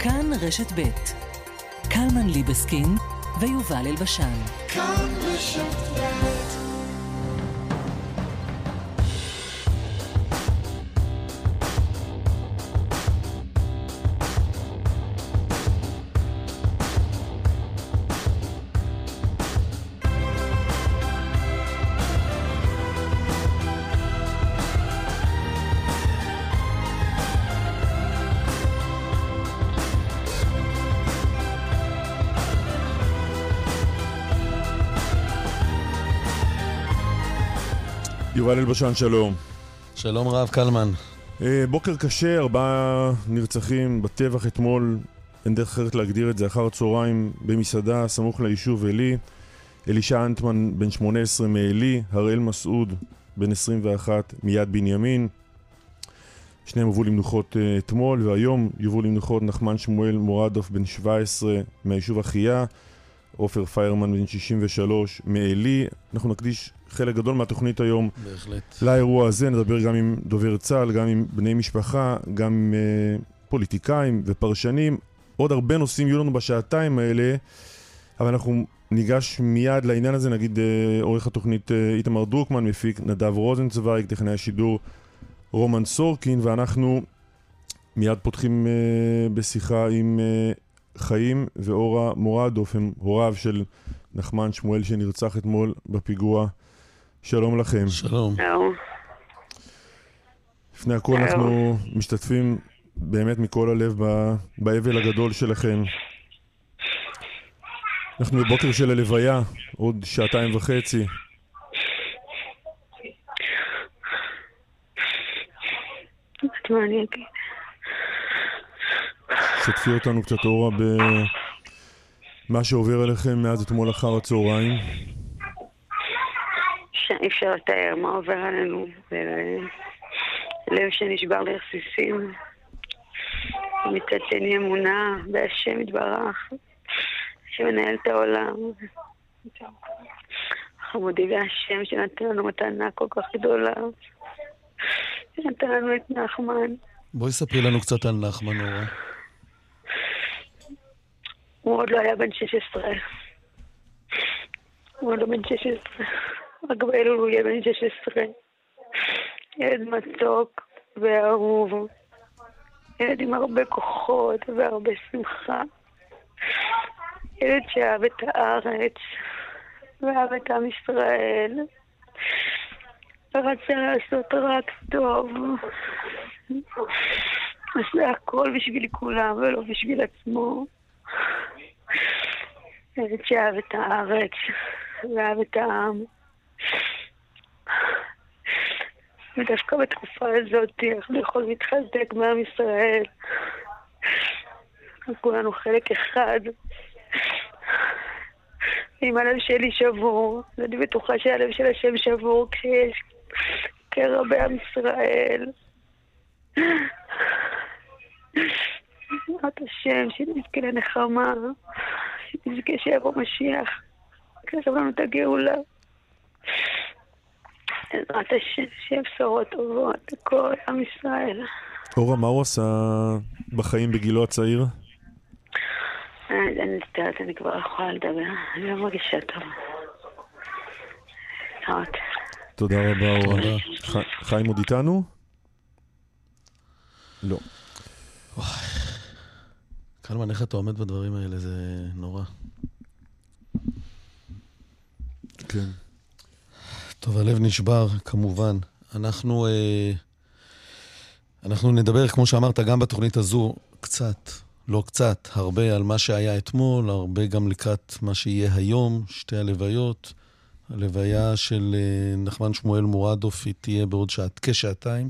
כאן רשת ב' קלמן ליבסקין ויובל אלבשן. כאן רשת ב'. יובל אלבשן, שלום. שלום רב, קלמן. בוקר קשה, 4 נרצחים בטבח אתמול, אין דרך אחרת להגדיר את זה, אחר הצהריים במסעדה סמוך ליישוב אלי. אלישע אנטמן בן 18 מאלי, הראל מסעוד בן 21 מיד בנימין. שניהם הובאו למנוחות אתמול, והיום יובאו למנוחות נחמן שמואל מורדוף בן 17 מהיישוב אחיה, עופר פיירמן בן 63 מאלי. אנחנו נקדיש חלק גדול מהתוכנית היום בהחלט לאירוע הזה, נדבר גם עם דובר צה"ל, גם עם בני משפחה, גם עם פוליטיקאים ופרשנים. עוד הרבה נושאים יהיו לנו בשעתיים האלה, אבל אנחנו ניגש מיד לעניין הזה. נגיד עורך התוכנית איתמר דרוקמן, מפיק נדב רוזנצוויג, טכנאי השידור רומן סורקין, ואנחנו מיד פותחים בשיחה עם חיים ואורה מורדוף, הם הוריו של נחמן שמואל שנרצח אתמול בפיגוע. שלום לכם. שלום. לפני הכל אנחנו משתתפים באמת מכל הלב באבל הגדול שלכם. אנחנו בבוקר של הלוויה, עוד 2.5 שעות. מה אני אגיד? שתפי אותנו קצת אורה במה שעובר אליכם מאז אתמול אחר הצהריים. שאי אפשר לתאר מה עובר עלינו, לב שנשבר לרסיסים, מצד שני אמונה בהשם יתברך שמנהל את העולם, חמודי והשם שנתן לנו מתנה כל כך גדולה, שנתן לנו את נחמן. בואי ספרי לנו קצת על נחמן, אורה. הוא עוד לא היה בן 16. הוא עוד לא בן 16. רק באלול הוא יהיה בן 16. ילד מתוק ואהוב. ילד עם הרבה כוחות והרבה שמחה. ילד שאהב את הארץ ואהב את עם ישראל. ורצה לעשות רק טוב. עשה הכל בשביל כולם ולא בשביל עצמו. ילד שאהב את הארץ ואהב את העם. ודווקא בתקופה הזאת אנחנו יכולים להתחזק מעם ישראל. כולנו חלק אחד. אם הלב שלי שבור, אני בטוחה שהלב של השם שבור כשיש קרע בעם ישראל. את השם שנזכה לנחמה, שנזכה שיבוא משיח, קרב לנו את הגאולה. את השם, שיהיה בשורות טובות לכל עם ישראל. אורה, מה הוא עשה בחיים בגילו הצעיר? אני מצטערת, אני כבר יכולה לדבר, אני לא מרגישה טוב. תודה רבה, אורה. חיים עוד איתנו? לא. קלמן, איך אתה עומד בדברים האלה? זה נורא. כן. טוב, הלב נשבר, כמובן. אנחנו נדבר, כמו שאמרת, גם בתוכנית הזו, קצת, לא קצת, הרבה על מה שהיה אתמול, הרבה גם לקראת מה שיהיה היום, שתי הלוויות. הלוויה של נחמן שמואל מורדוף היא תהיה בעוד כשעתיים.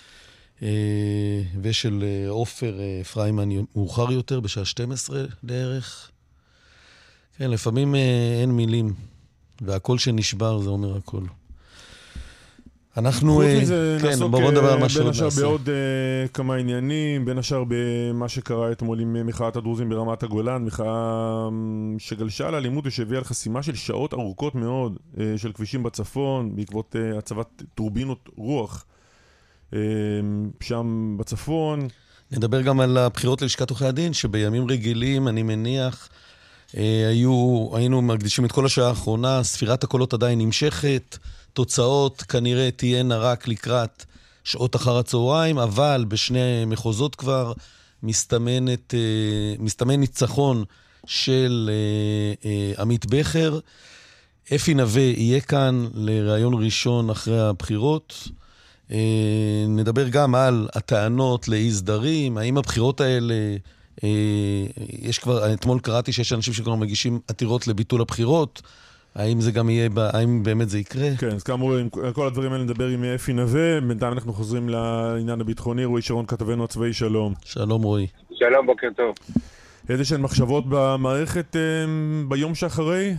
ושל עופר פריימן מאוחר יותר, בשעה 12 לערך. כן, לפעמים אין מילים, והכל שנשבר זה אומר הכל. אנחנו, כן, בואו נדבר על מה שעוד נעשה. בין השאר בעוד כמה עניינים, בין השאר במה שקרה אתמול עם מחאת הדרוזים ברמת הגולן, מחאה שגלשה על אלימות ושהביאה על חסימה של שעות ארוכות מאוד של כבישים בצפון, בעקבות הצבת טורבינות רוח שם בצפון. נדבר גם על הבחירות ללשכת עורכי הדין, שבימים רגילים, אני מניח, היינו מקדישים את כל השעה האחרונה, ספירת הקולות עדיין נמשכת, תוצאות כנראה תהיינה רק לקראת שעות אחר הצהריים, אבל בשני מחוזות כבר מסתמן ניצחון של עמית בכר. אפי נווה יהיה כאן לראיון ראשון אחרי הבחירות. נדבר גם על הטענות לאי סדרים, האם הבחירות האלה, יש כבר, אתמול קראתי שיש אנשים שכבר מגישים עתירות לביטול הבחירות, האם זה גם יהיה, האם באמת זה יקרה? כן, אז כאמור, עם כל הדברים האלה נדבר עם אפי נווה, בינתיים אנחנו חוזרים לעניין הביטחוני. רועי שרון כתבנו הצבאי, שלום. שלום רועי. שלום, בוקר טוב. איזה שהן מחשבות במערכת ביום שאחרי?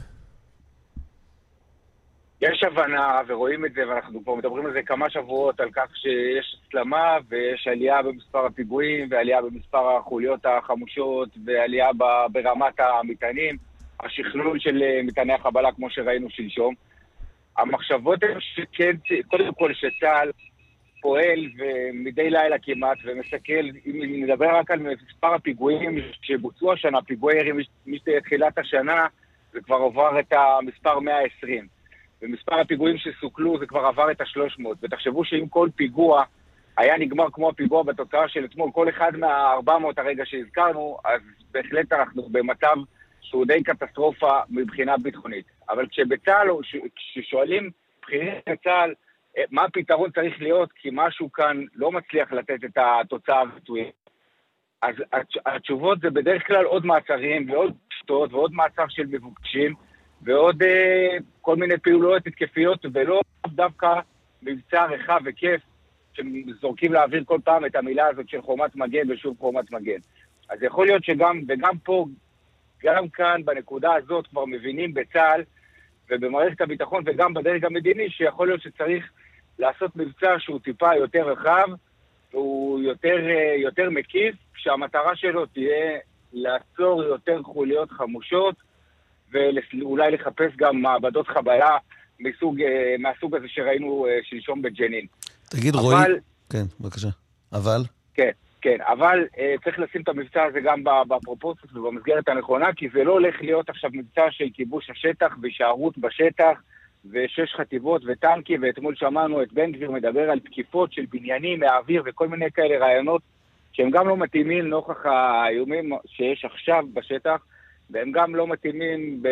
יש הבנה ורואים את זה, ואנחנו פה מדברים על זה כמה שבועות, על כך שיש הסלמה ויש עלייה במספר הפיגועים ועלייה במספר החוליות החמושות ועלייה ברמת המטענים, השכלול של מטעני החבלה כמו שראינו שלשום. המחשבות הן שכן, קודם כל שצה"ל פועל ומדי לילה כמעט ומסתכל, אם נדבר רק על מספר הפיגועים שבוצעו השנה, פיגועי ירי מתחילת השנה, זה כבר עבר את המספר 120. ומספר הפיגועים שסוכלו זה כבר עבר את ה-300, ותחשבו שאם כל פיגוע היה נגמר כמו הפיגוע בתוצאה של אתמול, כל אחד מה-400 הרגע שהזכרנו, אז בהחלט אנחנו במצב שהוא די קטסטרופה מבחינה ביטחונית. אבל כשבצה"ל, כששואלים בכירים בצה"ל, מה הפתרון צריך להיות, כי משהו כאן לא מצליח לתת את התוצאה הרצויה. אז התשובות זה בדרך כלל עוד מעצרים ועוד פשטות ועוד מעצר של מבוקשים, ועוד כל מיני פעולות התקפיות, ולא דווקא מבצע רחב וכיף, שזורקים להעביר כל פעם את המילה הזאת של חומת מגן ושוב חומת מגן. אז יכול להיות שגם, וגם פה, גם כאן בנקודה הזאת כבר מבינים בצה"ל ובמערכת הביטחון וגם בדרג המדיני, שיכול להיות שצריך לעשות מבצע שהוא טיפה יותר רחב, והוא יותר מקיף, שהמטרה שלו תהיה לעצור יותר חוליות חמושות, ואולי לחפש גם מעבדות חבלה מהסוג הזה שראינו שלשום בג'נין. תגיד רועי, כן, בבקשה. אבל? כן, אבל צריך לשים את המבצע הזה גם בפרופורציות ובמסגרת הנכונה, כי זה לא הולך להיות עכשיו מבצע של כיבוש השטח והישארות בשטח, ושש חטיבות וטנקים, ואתמול שמענו את בן גביר מדבר על תקיפות של בניינים מהאוויר וכל מיני כאלה רעיונות, שהם גם לא מתאימים נוכח האיומים שיש עכשיו בשטח, והם גם לא מתאימים,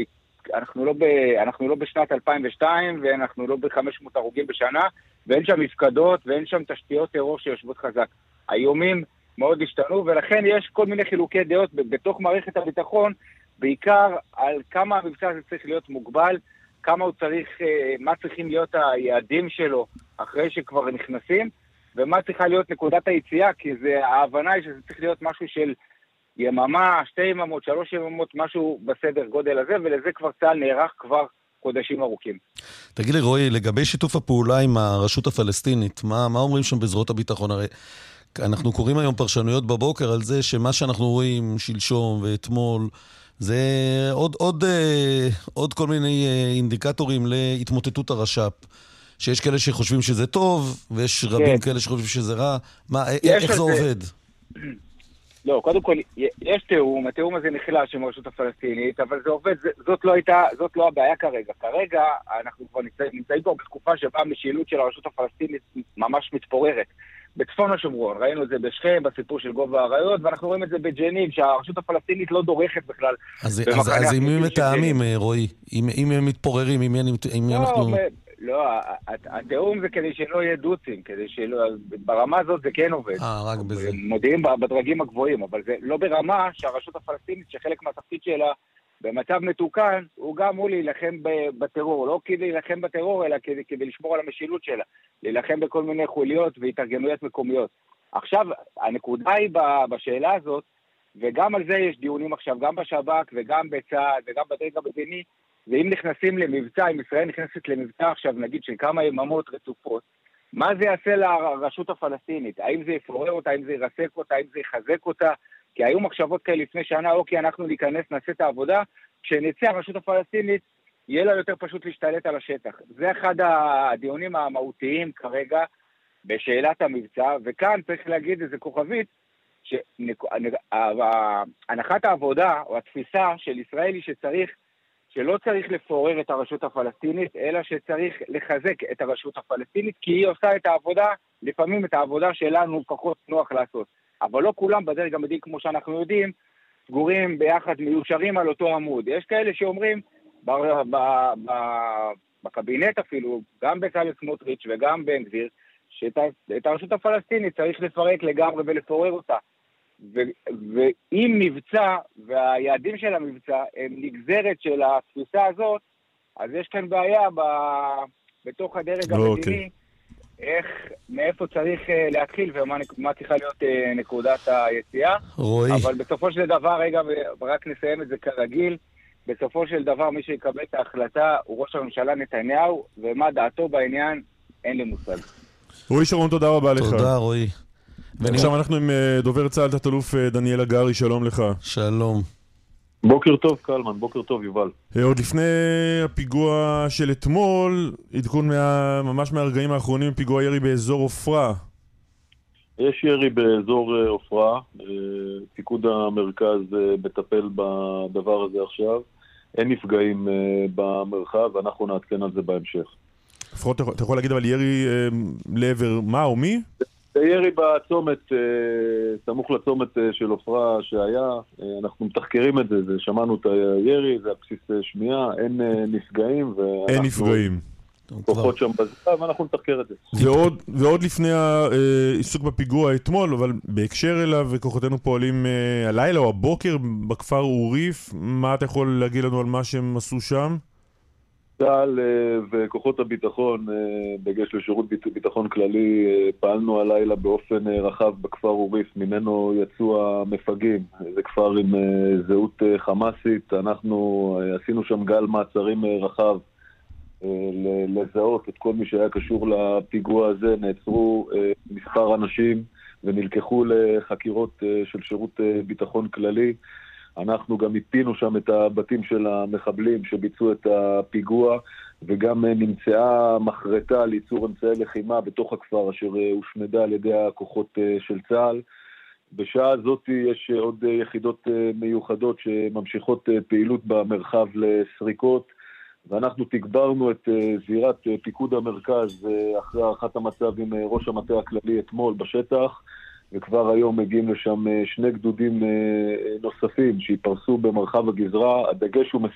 אנחנו לא בשנת 2002, ואנחנו לא ב-500 הרוגים בשנה, ואין שם מפקדות, ואין שם תשתיות טרור שיושבות חזק. האיומים מאוד השתנו, ולכן יש כל מיני חילוקי דעות בתוך מערכת הביטחון, בעיקר על כמה המבצע הזה צריך להיות מוגבל, כמה הוא צריך, מה צריכים להיות היעדים שלו אחרי שכבר נכנסים, ומה צריכה להיות נקודת היציאה, כי ההבנה היא שזה צריך להיות משהו של יממה, 2 יממות, 3 יממות, משהו בסדר גודל הזה, ולזה כבר צה"ל נערך כבר חודשים ארוכים. תגיד לי רועי, לגבי שיתוף הפעולה עם הרשות הפלסטינית, מה אומרים שם בזרועות הביטחון? הרי אנחנו קוראים היום פרשנויות בבוקר על זה שמה שאנחנו רואים שלשום ואתמול, זה עוד כל מיני אינדיקטורים להתמוטטות הרש"פ. שיש כאלה שחושבים שזה טוב, ויש רבים כאלה שחושבים שזה רע. איך זה עובד? לא, קודם כל, יש תיאום, התיאום הזה נחלש עם הרשות הפלסטינית, אבל זה עובד, זאת לא הבעיה כרגע. כרגע אנחנו כבר נמצאים פה בתקופה שבה המשילות של הרשות הפלסטינית ממש מתפוררת. בצפון השומרון, ראינו את זה בשכם, בסיפור של גובה האריות, ואנחנו רואים את זה בג'נין, שהרשות הפלסטינית לא דורכת בכלל. אז אם הם מתאמים, רועי, אם הם מתפוררים, אם אנחנו... לא, התיאום זה כדי שלא יהיה דוצים, כדי שלא, ברמה הזאת זה כן עובד. רק בזה. מודיעים בדרגים הגבוהים, אבל זה לא ברמה שהרשות הפלסטינית, שחלק מהתפקיד שלה במצב מתוקן, הוא גם הוא להילחם בטרור, לא כדי להילחם בטרור, אלא כדי לשמור על המשילות שלה, להילחם בכל מיני חוליות והתארגנויות מקומיות. עכשיו, הנקודה היא בשאלה הזאת, וגם על זה יש דיונים עכשיו, גם בשב"כ וגם בצה"ל וגם בדרג המדיני, ואם נכנסים למבצע, אם ישראל נכנסת למבצע עכשיו, נגיד של כמה יממות רצופות, מה זה יעשה לרשות הפלסטינית? האם זה יפורר אותה, האם זה ירסק אותה, האם זה יחזק אותה? כי היו מחשבות כאלה לפני שנה, אוקיי, אנחנו ניכנס, נעשה את העבודה, כשנצא הרשות הפלסטינית, יהיה לה יותר פשוט להשתלט על השטח. זה אחד הדיונים המהותיים כרגע בשאלת המבצע, וכאן צריך להגיד איזה כוכבית, הנחת העבודה או התפיסה של ישראל היא שלא צריך לפורר את הרשות הפלסטינית, אלא שצריך לחזק את הרשות הפלסטינית, כי היא עושה את העבודה, לפעמים את העבודה שלנו פחות נוח לעשות. אבל לא כולם בדרג המדיני, כמו שאנחנו יודעים, סגורים ביחד, מיושרים על אותו עמוד. יש כאלה שאומרים, בקבינט אפילו, גם בצלאל סמוטריץ' וגם בן גביר, שאת הרשות הפלסטינית צריך לפרק לגמרי ולפורר אותה. ואם מבצע, והיעדים של המבצע הם נגזרת של התפיסה הזאת, אז יש כאן בעיה בתוך הדרג המדיני, מאיפה צריך להתחיל ומה צריכה להיות נקודת היציאה. רועי. אבל בסופו של דבר, רגע, רק נסיים את זה כרגיל, בסופו של דבר מי שיקבל את ההחלטה הוא ראש הממשלה נתניהו, ומה דעתו בעניין אין לי מושג. רועי שרון, תודה רבה לך. תודה רועי. עכשיו אנחנו עם דובר צה"ל, תת-אלוף דניאל הגרי, שלום לך. שלום. בוקר טוב קלמן, בוקר טוב יובל. עוד לפני הפיגוע של אתמול, עדכון ממש מהרגעים האחרונים, פיגוע ירי באזור עופרה. יש ירי באזור עופרה, פיקוד המרכז מטפל בדבר הזה עכשיו. אין נפגעים במרחב, ואנחנו נעדכן על זה בהמשך. לפחות אתה יכול להגיד אבל ירי לעבר מה או מי? זה ירי בצומת, סמוך לצומת של עופרה שהיה, אנחנו מתחקרים את זה, שמענו את הירי, זה הבסיס שמיעה, אין נפגעים. אין נפגעים. כוחות שם בזמן, ואנחנו נתחקר את זה. ועוד לפני העיסוק בפיגוע אתמול, אבל בהקשר אליו, וכוחותינו פועלים הלילה או הבוקר בכפר אוריף, מה אתה יכול להגיד לנו על מה שהם עשו שם? צה"ל וכוחות הביטחון, בגש לשירות ביטחון כללי, פעלנו הלילה באופן רחב בכפר אוריף, ממנו יצאו המפגעים. זה כפר עם זהות חמאסית, אנחנו עשינו שם גל מעצרים רחב לזהות את כל מי שהיה קשור לפיגוע הזה. נעצרו מספר אנשים ונלקחו לחקירות של שירות ביטחון כללי. אנחנו גם הפינו שם את הבתים של המחבלים שביצעו את הפיגוע, וגם נמצאה מחרטה לייצור אמצעי לחימה בתוך הכפר אשר הושמדה על ידי הכוחות של צה"ל. בשעה הזאת יש עוד יחידות מיוחדות שממשיכות פעילות במרחב לסריקות, ואנחנו תגברנו את זירת פיקוד המרכז אחרי הערכת המצב עם ראש המטה הכללי אתמול בשטח, וכבר היום מגיעים לשם שני גדודים נוספים שיפרסו במרחב הגזרה. הדגש הוא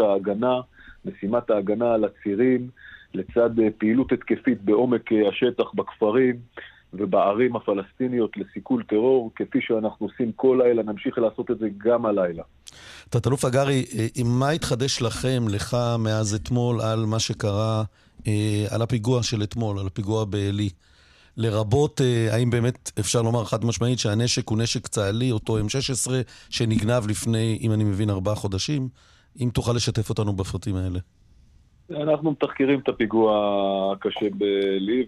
משימת ההגנה על הצירים, לצד פעילות התקפית בעומק השטח בכפרים ובערים הפלסטיניות לסיכול טרור, כפי שאנחנו עושים כל לילה, נמשיך לעשות את זה גם הלילה. תת-אלוף הגרי, מה התחדש לך מאז אתמול על מה שקרה, על הפיגוע של אתמול, על הפיגוע בעלי? לרבות, האם באמת אפשר לומר חד משמעית שהנשק הוא נשק צה"לי, אותו M16 שנגנב לפני, אם אני מבין, 4 חודשים? אם תוכל לשתף אותנו בפרטים האלה. אנחנו מתחקרים את הפיגוע הקשה בליב,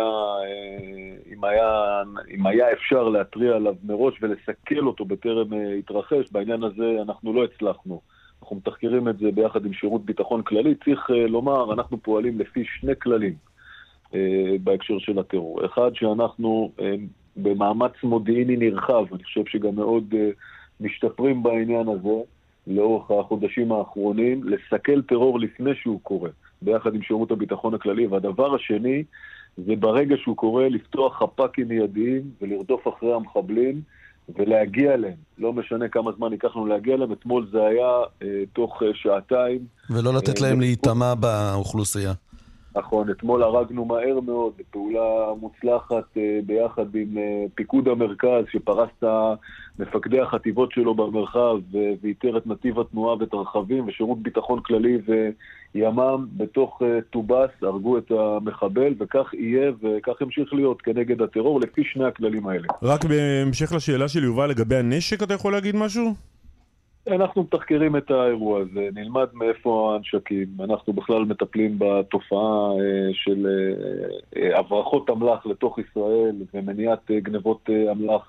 אם היה אפשר להטריע עליו מראש ולסכל אותו בטרם התרחש, בעניין הזה אנחנו לא הצלחנו. אנחנו מתחקרים את זה ביחד עם שירות ביטחון כללי. צריך לומר, אנחנו פועלים לפי 2 כללים בהקשר של הטרור. אחד, שאנחנו במאמץ מודיעיני נרחב, אני חושב שגם מאוד משתפרים בעניין הזה, לאורך החודשים האחרונים, לסכל טרור לפני שהוא קורה, ביחד עם שירות הביטחון הכללי. והדבר השני, זה ברגע שהוא קורה לפתוח חפ"קים מיידיים ולרדוף אחרי המחבלים ולהגיע אליהם. לא משנה כמה זמן ייקחנו להגיע אליהם, אתמול זה היה תוך 2 שעתיים. ולא לתת להם להיטמע באוכלוסייה. נכון, אתמול הרגנו מהר מאוד בפעולה מוצלחת ביחד עם פיקוד המרכז שפרס את מפקדי החטיבות שלו במרחב ויתר את נתיב התנועה ואת הרכבים, ושירות ביטחון כללי וימ"מ בתוך טובס הרגו את המחבל, וכך יהיה וכך ימשיך להיות כנגד הטרור לפי 2 הכללים האלה. רק בהמשך לשאלה של יובל לגבי הנשק, אתה יכול להגיד משהו? אנחנו מתחקרים את האירוע הזה, נלמד מאיפה הנשקים. אנחנו בכלל מטפלים בתופעה של הברחות אמל"ח לתוך ישראל ומניעת גנבות אמל"ח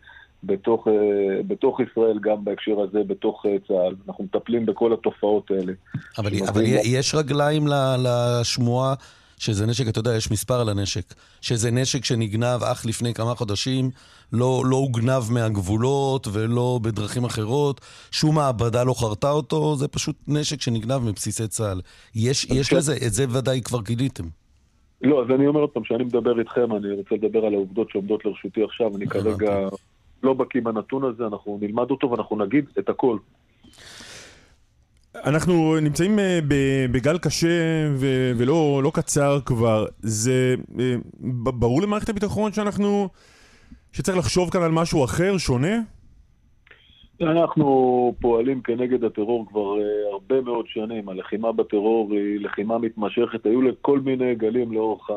בתוך ישראל, גם בהקשר הזה בתוך צה"ל. אנחנו מטפלים בכל התופעות האלה. אבל יש רגליים לשמועה שזה נשק, אתה יודע, יש מספר על הנשק, שזה נשק שנגנב אך לפני כמה חודשים, לא הוגנב מהגבולות ולא בדרכים אחרות, שום מעבדה לא חרתה אותו, זה פשוט נשק שנגנב מבסיסי צה"ל. יש לזה, את זה ודאי כבר גיליתם. לא, אז אני אומר עוד פעם, שאני מדבר איתכם, אני רוצה לדבר על העובדות שעומדות לרשותי עכשיו, אני כרגע לא בקיא בנתון הזה, אנחנו נלמד אותו ואנחנו נגיד את הכל. אנחנו נמצאים בגל קשה ולא קצר כבר. זה ברור למערכת הביטחון שצריך לחשוב כאן על משהו אחר, שונה? אנחנו פועלים כנגד הטרור כבר הרבה מאוד שנים. הלחימה בטרור היא לחימה מתמשכת. היו לכל מיני גלים לאורך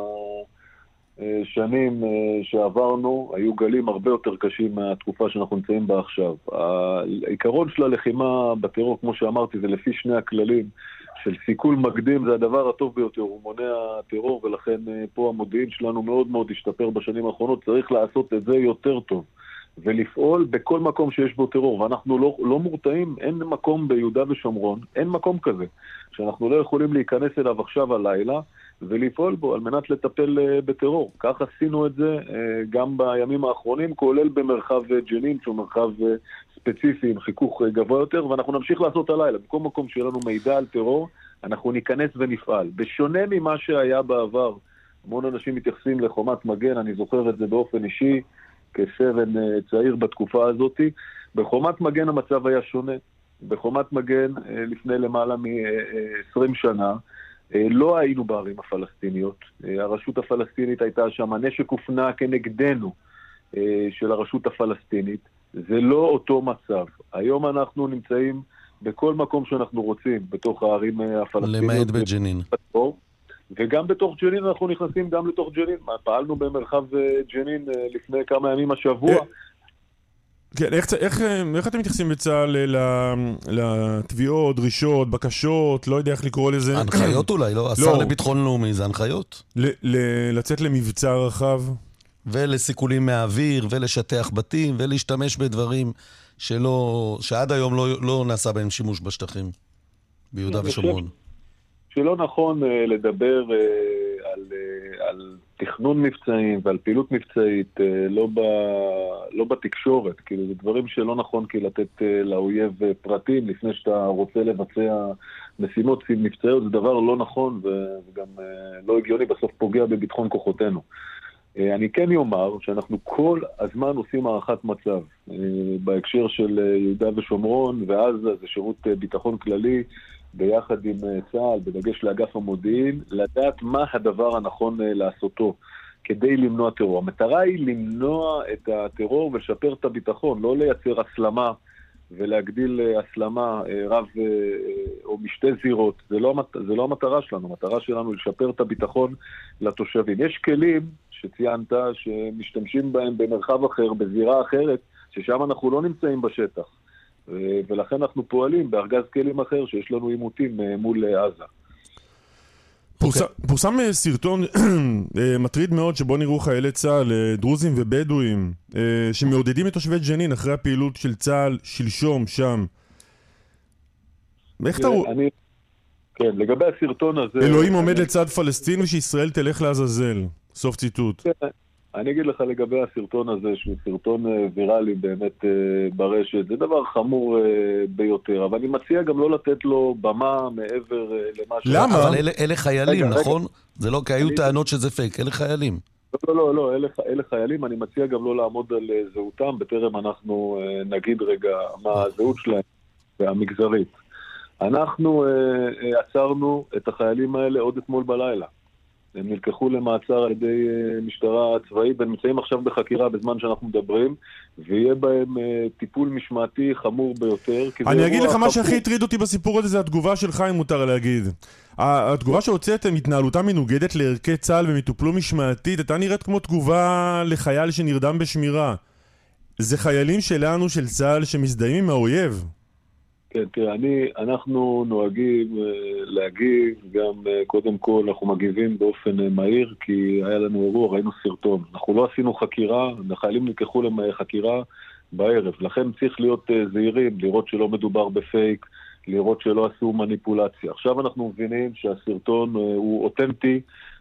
השנים שעברנו. היו גלים הרבה יותר קשים מהתקופה שאנחנו נמצאים בה עכשיו. העיקרון של הלחימה בטרור, כמו שאמרתי, זה לפי שני הכללים של סיכול מקדים, זה הדבר הטוב ביותר. הוא מונע טרור, ולכן פה המודיעין שלנו מאוד מאוד השתפר בשנים האחרונות. צריך לעשות את זה יותר טוב. ולפעול בכל מקום שיש בו טרור, ואנחנו לא מורתעים, אין מקום ביהודה ושומרון, אין מקום כזה, שאנחנו לא יכולים להיכנס אליו עכשיו הלילה, ולפעול בו על מנת לטפל בטרור. כך עשינו את זה גם בימים האחרונים, כולל במרחב ג'נין, שהוא מרחב ספציפי עם חיכוך גבוה יותר, ואנחנו נמשיך לעשות הלילה. בכל מקום שיהיה לנו מידע על טרור, אנחנו ניכנס ונפעל. בשונה ממה שהיה בעבר, המון אנשים מתייחסים לחומת מגן, אני זוכר את זה באופן אישי, כסרן צעיר בתקופה הזאת. בחומת מגן המצב היה שונה. בחומת מגן לפני למעלה מ-20 שנה לא היינו בערים הפלסטיניות. הרשות הפלסטינית הייתה שם, הנשק הופנה כנגדנו של הרשות הפלסטינית. זה לא אותו מצב. היום אנחנו נמצאים בכל מקום שאנחנו רוצים בתוך הערים הפלסטיניות. למעט בג'נין. וגם בתוך ג'נין אנחנו נכנסים גם לתוך ג'נין. פעלנו במרחב ג'נין לפני כמה ימים השבוע. כן, איך אתם מתייחסים בצה"ל לתביעות, דרישות, בקשות, לא יודע איך לקרוא לזה? הנחיות אולי, לא? השר לביטחון לאומי, זה הנחיות? לצאת למבצע רחב? ולסיכולים מהאוויר, ולשטח בתים, ולהשתמש בדברים שעד היום לא נעשה בהם שימוש בשטחים, ביהודה ושומרון. שלא נכון לדבר על תכנון מבצעים ועל פעילות מבצעית לא בתקשורת, כאילו זה דברים שלא נכון כי לתת לאויב פרטים לפני שאתה רוצה לבצע משימות מבצעיות, זה דבר לא נכון וגם לא הגיוני, בסוף פוגע בביטחון כוחותינו. אני כן אומר שאנחנו כל הזמן עושים הערכת מצב בהקשר של יהודה ושומרון, ואז זה שירות ביטחון כללי ביחד עם צה"ל, בדגש לאגף המודיעין, לדעת מה הדבר הנכון לעשותו כדי למנוע טרור. המטרה היא למנוע את הטרור ולשפר את הביטחון, לא לייצר הסלמה ולהגדיל הסלמה רב או משתי זירות. זה לא המטרה שלנו. המטרה שלנו לשפר את הביטחון לתושבים. יש כלים שציינת שמשתמשים בהם במרחב אחר, בזירה אחרת, ששם אנחנו לא נמצאים בשטח. ולכן אנחנו פועלים בארגז כלים אחר שיש לנו עימותים מול עזה. פורסם סרטון מטריד מאוד שבו נראו חיילי צה"ל, דרוזים ובדואים, שמעודדים את תושבי ג'נין אחרי הפעילות של צה"ל שלשום שם. איך אתה רואה? כן, לגבי הסרטון הזה... אלוהים עומד לצד פלסטין ושישראל תלך לעזאזל. סוף ציטוט. אני אגיד לך לגבי הסרטון הזה, שהוא סרטון ויראלי באמת ברשת, זה דבר חמור ביותר, אבל אני מציע גם לא לתת לו במה מעבר למה ש... למה? אבל אלה חיילים, נכון? זה לא, כי היו טענות שזה פייק, אלה חיילים. לא, אלה חיילים, אני מציע גם לא לעמוד על זהותם, בטרם אנחנו נגיד רגע מה הזהות שלהם והמגזרית. אנחנו עצרנו את החיילים האלה עוד אתמול בלילה. הם נלקחו למעצר על ידי משטרה צבאית, והם נמצאים עכשיו בחקירה בזמן שאנחנו מדברים, ויהיה בהם טיפול משמעתי חמור ביותר. אני אגיד לך מה שהכי הטריד אותי בסיפור הזה, זה התגובה שלך, אם מותר להגיד. התגובה שהוצאתם, התנהלותה מנוגדת לערכי צה"ל ומטופלו משמעתית, הייתה נראית כמו תגובה לחייל שנרדם בשמירה. זה חיילים שלנו, של צה"ל, שמזדהים עם האויב. כן, תראה, אנחנו נוהגים להגיב, גם קודם כל אנחנו מגיבים באופן מהיר, כי היה לנו אירוע, ראינו סרטון. אנחנו לא עשינו חקירה, החיילים נלקחו לחקירה בערב, לכן צריך להיות זהירים, לראות שלא מדובר בפייק, לראות שלא עשו מניפולציה. עכשיו אנחנו מבינים שהסרטון הוא אותנטי,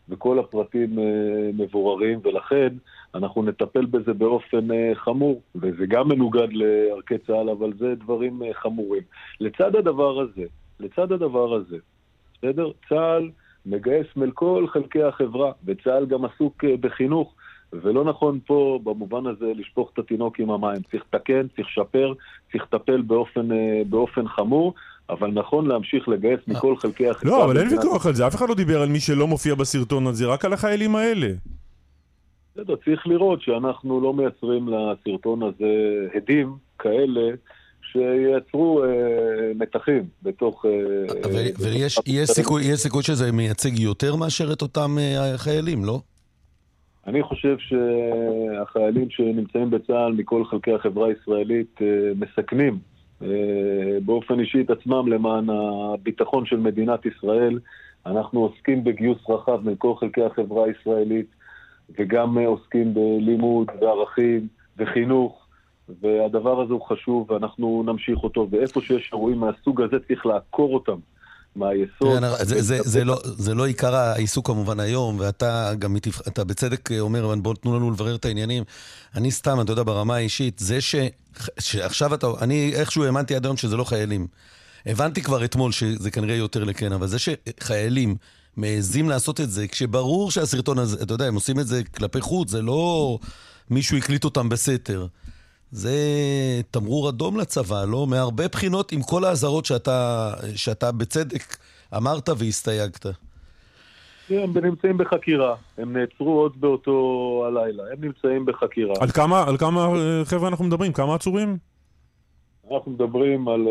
וכל הפרטים מבוררים, ולכן אנחנו נטפל בזה באופן חמור, וזה גם מנוגד לערכי צה"ל, אבל זה דברים חמורים. לצד הדבר הזה, בסדר? צה"ל מגייס מכל חלקי החברה, וצה"ל גם עסוק בחינוך, ולא נכון פה במובן הזה לשפוך את התינוק עם המים. צריך לתקן, צריך לשפר, צריך לטפל באופן חמור, אבל נכון להמשיך לגייס מכל חלקי החברה. לא, אבל אין ויכוח על זה, אף אחד לא דיבר על מי שלא מופיע בסרטון הזה, רק על החיילים האלה. צריך לראות שאנחנו לא מייצרים לסרטון הזה הדים כאלה שייצרו מתחים בתוך... ויש סיכוי שזה מייצג יותר מאשר את אותם החיילים, לא? אני חושב שהחיילים שנמצאים בצה"ל מכל חלקי החברה הישראלית מסכנים באופן אישי את עצמם למען הביטחון של מדינת ישראל. אנחנו עוסקים בגיוס רחב מכל חלקי החברה הישראלית, וגם עוסקים בלימוד וערכים וחינוך, והדבר הזה הוא חשוב ואנחנו נמשיך אותו, ואיפה שיש אירועים מהסוג הזה צריך לעקור אותם מהיסוד. זה לא עיקר העיסוק כמובן היום, ואתה גם אתה בצדק אומר, בואו תנו לנו לברר את העניינים. אני סתם, אתה יודע, ברמה האישית, זה שעכשיו אני איכשהו האמנתי עד היום שזה לא חיילים. הבנתי כבר אתמול שזה כנראה יותר לכן, אבל זה שחיילים מעזים לעשות את זה, כשברור שהסרטון הזה, אתה יודע, הם עושים את זה כלפי חוץ, זה לא מישהו הקליט אותם בסתר. זה תמרור אדום לצבא, לא? מהרבה בחינות עם כל העזרות שאתה בצדק אמרת והסתייגת. הם נמצאים בחקירה, הם נעצרו עוד באותו הלילה, הם נמצאים בחקירה. על כמה חבר'ה אנחנו מדברים? כמה עצורים? אנחנו מדברים על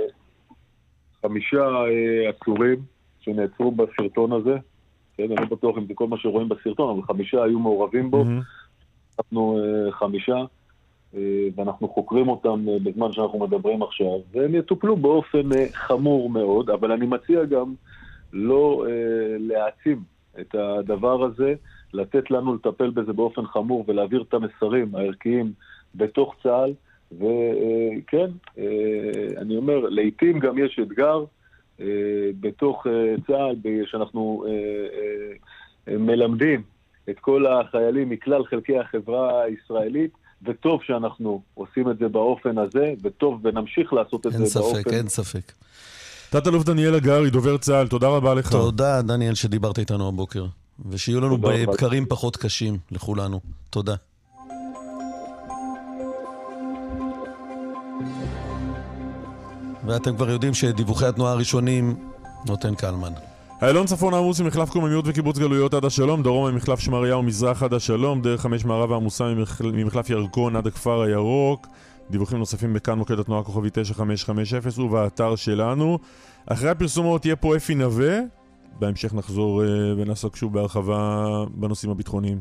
5 עצורים שנעצרו בסרטון הזה. אני לא בטוח אם זה כל מה שרואים בסרטון, אבל 5 היו מעורבים בו. אנחנו 5, ואנחנו חוקרים אותם בזמן שאנחנו מדברים עכשיו, והם יטופלו באופן חמור מאוד, אבל אני מציע גם לא להעצים את הדבר הזה, לתת לנו לטפל בזה באופן חמור ולהעביר את המסרים הערכיים בתוך צה"ל, וכן, אני אומר, לעתים גם יש אתגר בתוך צה"ל, שאנחנו מלמדים את כל החיילים מכלל חלקי החברה הישראלית, וטוב שאנחנו עושים את זה באופן הזה, וטוב ונמשיך לעשות את זה באופן... אין ספק. תת-אלוף דניאל הגרי, דובר צה"ל, תודה רבה לך. תודה, דניאל, שדיברת איתנו הבוקר. ושיהיו לנו בקרים פחות קשים לכולנו. תודה. ואתם כבר יודעים שדיווחי התנועה הראשונים נותן קלמן. איילון צפון עמוס ממחלף קוממיות וקיבוץ גלויות עד השלום, דרום ממחלף שמריהו ומזרח עד השלום, דרך 5 מערב העמוסה ממחלף ירקון עד הכפר הירוק. דיווחים נוספים בכאן מוקד התנועה כוכבי 9550 ובאתר שלנו. אחרי הפרסומות תהיה פה אפי נווה, בהמשך נחזור ונעסוק שוב בהרחבה בנושאים הביטחוניים.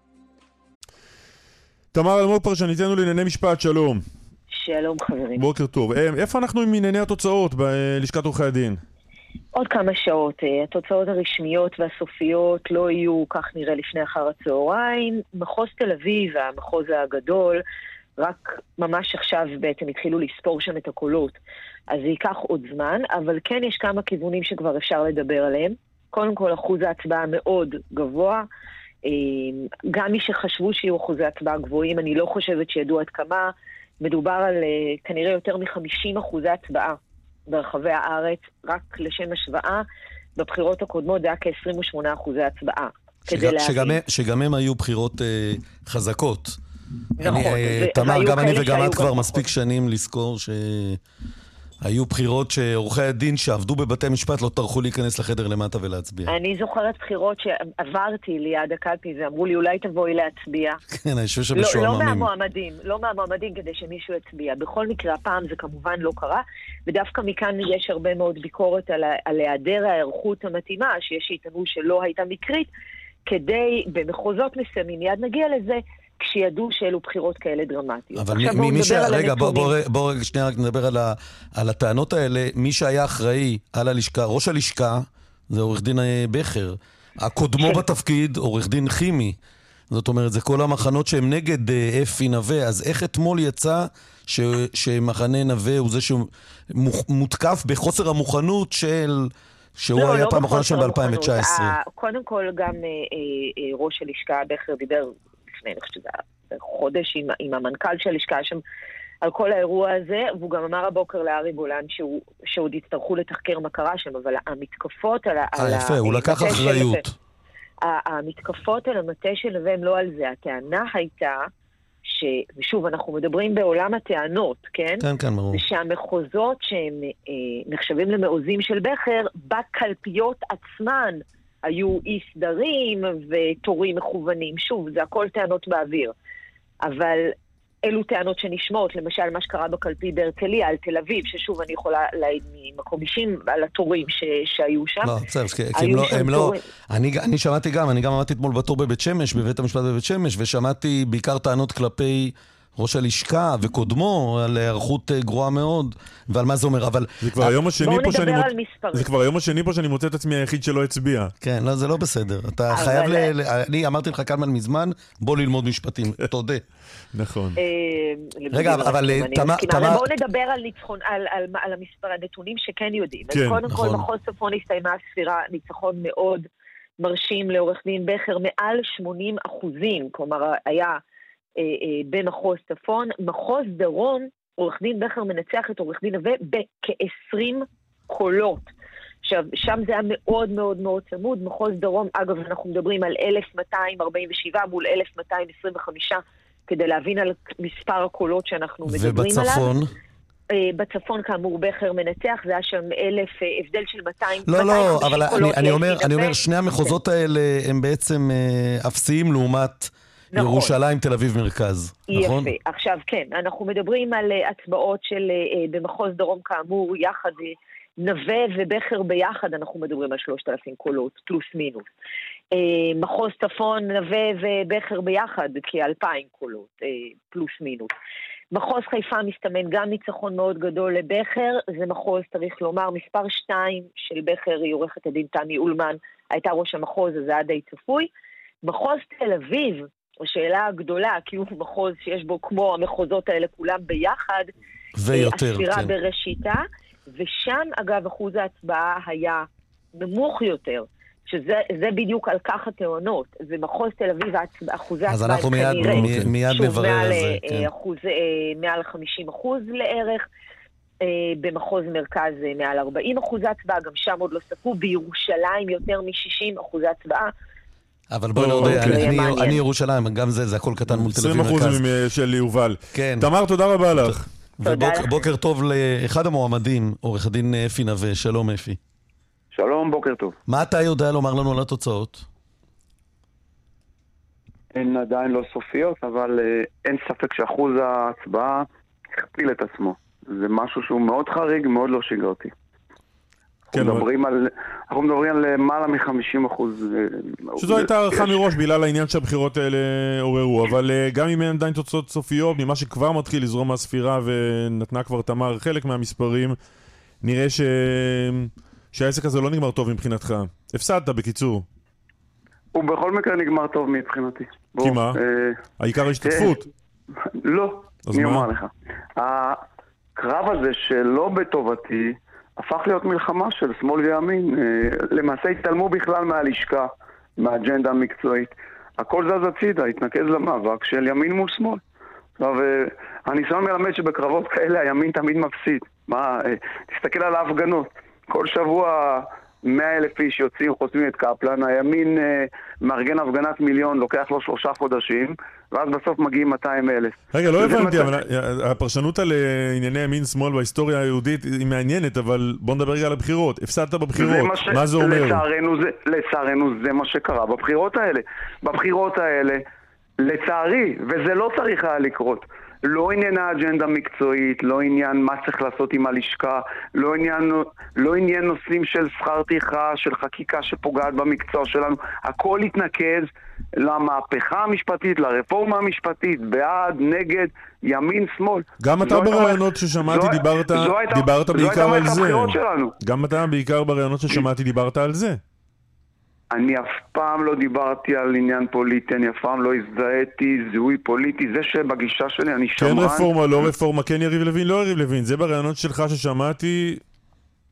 תמר אלמוג פרשניתנו לענייני משפט, שלום. שלום חברים. בוקר טוב. איפה אנחנו עם ענייני התוצאות בלשכת עורכי הדין? עוד כמה שעות. התוצאות הרשמיות והסופיות לא יהיו, כך נראה, לפני אחר הצהריים. מחוז תל אביב, המחוז הגדול, רק ממש עכשיו בעצם התחילו לספור שם את הקולות. אז זה ייקח עוד זמן, אבל כן יש כמה כיוונים שכבר אפשר לדבר עליהם. קודם כל, אחוז ההצבעה מאוד גבוה. גם מי שחשבו שיהיו אחוזי הצבעה גבוהים, אני לא חושבת שידעו עד כמה. מדובר על כנראה יותר מ-50% הצבעה ברחבי הארץ, רק לשם השוואה, בבחירות הקודמות זה היה כ-28% הצבעה. שגם הם היו בחירות חזקות. נכון. תמר, גם אני וגם את כבר מספיק שנים לזכור שהיו בחירות שעורכי הדין שעבדו בבתי משפט לא טרחו להיכנס לחדר למטה ולהצביע. אני זוכרת בחירות שעברתי ליד הקלפי ואמרו לי אולי תבואי להצביע. כן, אני חושב שבשועממים. לא מהמועמדים כדי שמישהו יצביע. בכל מקרה הפעם זה כמובן לא קרה, ודווקא מכאן יש הרבה מאוד ביקורת על היעדר ההיערכות המתאימה, שיש שיטענו שלא הייתה מקרית, כדי במחוזות מסוימים, מיד נגיע לזה, כשידעו שאלו בחירות כאלה דרמטיות. אבל רגע, בוא רגע שנייה רק נדבר על הטענות האלה. מי שהיה אחראי על הלשכה, ראש הלשכה, זה עורך דין בכר. הקודמו בתפקיד, עורך דין כימי. זאת אומרת, זה כל המחנות שהם נגד אפי נווה. אז איך אתמול יצא שמחנה נווה הוא זה שמותקף בחוסר המוכנות שהוא היה פעם אחרונה שם ב-2019. קודם כל גם ראש הלשכה בכר דיבר לפני, אני חושבת שזה חודש עם המנכ"ל של הלשכה שם, על כל האירוע הזה, והוא גם אמר הבוקר לארי גולן שעוד יצטרכו לתחקר מה קרה שם, אבל המתקפות על יפה, הוא לקח אחריות. המתקפות על המטה של נווה הם לא על זה. הטענה הייתה, ושוב, אנחנו מדברים בעולם הטענות, כן? כן, כן, ברור. ושהמחוזות שהם נחשבים למעוזים של בכר, בקלפיות עצמן היו אי סדרים ותורים מכוונים. שוב, זה הכל טענות באוויר. אבל אלו טענות שנשמעות, למשל מה שקרה בקלפי בהרצליה, על תל אביב, ששוב אני יכולה להעיד ממקום אישים על התורים שהיו שם. לא, בסדר, כי הם לא, אני שמעתי גם, אני גם עמדתי אתמול בתור בבית שמש, בבית המשפט בבית שמש, ושמעתי בעיקר טענות כלפי ראש הלשכה וקודמו, על הערכות גרועה מאוד, ועל מה זה אומר, אבל... זה כבר היום השני פה שאני על מספרים. זה כבר היום השני פה שאני מוצא את עצמי היחיד שלא הצביע. כן, לא, זה לא בסדר. אתה חייב אני אמרתי לך כאן מזמן, בוא ללמוד משפטים, תודה. נכון. רגע, אבל בואו נדבר על ניצחון, על המספר הנתונים שכן יודעים. אז קודם כל, מחוז צפון הסתיימה הספירה, ניצחון מאוד מרשים לעורך דין בכר, מעל 80%, כלומר היה במחוז צפון. מחוז דרום, עורך דין בכר מנצח את עורך דין נווה בכ-20 קולות. עכשיו, שם זה היה מאוד מאוד מאוד צמוד. מחוז דרום, אגב, אנחנו מדברים על 1,247 מול 1,225, כדי להבין על מספר הקולות שאנחנו מדברים עליו. ובצפון? בצפון, כאמור, בכר מנצח, זה היה שם 1,000, הבדל של 200. לא, אבל אני אומר, שני המחוזות האלה הם בעצם אפסיים לעומת ירושלים, תל אביב, מרכז. נכון? יפה. עכשיו, כן, אנחנו מדברים על הצבעות של, במחוז דרום, כאמור, יחד, נווה ובכר ביחד, אנחנו מדברים על 3,000 קולות, פלוס מינוס. מחוז צפון, נווה ובכר ביחד, כ-2,000 קולות, פלוס מינוס. מחוז חיפה מסתמן גם ניצחון מאוד גדול לבכר, זה מחוז, צריך לומר, מספר 2 של בכר, היא עורכת הדין תמי אולמן, הייתה ראש המחוז, אז זה היה די צפוי. מחוז תל אביב, השאלה הגדולה, כי הוא מחוז שיש בו כמו המחוזות האלה כולם ביחד, ויותר, הספירה כן. בראשיתה, ושם אגב אחוז ההצבעה היה נמוך יותר, שזה בדיוק על כך הטענות. זה מחוז תל אביב, אחוזי אז ההצבעה אנחנו מיד נברר על זה. כן. מעל 50% לערך, במחוז מרכז מעל 40% הצבעה, גם שם עוד לא ספרו, בירושלים יותר מ-60% הצבעה. אבל בואי נודה, אני ירושלים, גם זה הכל קטן מול תל אביב מרכז. 20% של יובל. כן. תמר, תודה רבה לך. ובוקר טוב לאחד המועמדים, עורך הדין אפי נווה. שלום אפי. שלום, בוקר טוב. מה אתה יודע לומר לנו על התוצאות? הן עדיין לא סופיות, אבל אין ספק שאחוז ההצבעה הכפיל את עצמו. זה משהו שהוא מאוד חריג, מאוד לא שגרתי. אנחנו מדברים על למעלה מ-50%. שזו הייתה הערכה מראש בגלל העניין שהבחירות האלה עוררו, אבל גם אם אין עדיין תוצאות סופיות, ממה שכבר מתחיל לזרום מהספירה ונתנה כבר תמר חלק מהמספרים, נראה שהעסק הזה לא נגמר טוב מבחינתך. הפסדת בקיצור. הוא בכל מקרה נגמר טוב מבחינתי. כי מה? העיקר השתתפות? לא, אני אומר לך. הקרב הזה שלא בטובתי הפך להיות מלחמה של שמאל וימין. למעשה התעלמו בכלל מהלשכה, מהאג'נדה המקצועית. הכל זז הצידה, התנקז למאבק של ימין מול שמאל. עכשיו, הניסיון מלמד שבקרבות כאלה הימין תמיד מפסיד. תסתכל על ההפגנות. כל שבוע 100,000 איש יוצאים, חוסמים את קפלן, הימין מארגן הפגנת מיליון, לוקח לו 3 חודשים, ואז בסוף מגיעים 200,000. רגע, לא הבנתי, אבל הפרשנות על ענייני ימין-שמאל בהיסטוריה היהודית היא מעניינת, אבל בוא נדבר רגע על הבחירות. הפסדת בבחירות, מה זה אומר? לצערנו זה מה שקרה בבחירות האלה. בבחירות האלה, לצערי, וזה לא צריך היה לקרות, לא עניין האג'נדה מקצועית, לא עניין מה צריך לעשות עם הלשכה, לא עניין נושאים של שכר טרחה, של חקיקה שפוגעת במקצוע שלנו. הכל התנקז למהפכה המשפטית, לרפורמה המשפטית, בעד, נגד, ימין, שמאל. גם אתה ברעיונות ששמעתי דיברת בעיקר על זה. גם אתה בעיקר ברעיונות ששמעתי דיברת על זה. אני אף פעם לא דיברתי על עניין פוליטי, אני אף פעם לא הזדהיתי, זיהוי פוליטי, זה שבגישה שלי אני שמען. כן רפורמה, לא רפורמה, כן יריב לוין, לא יריב לוין, זה ברעיונות שלך ששמעתי,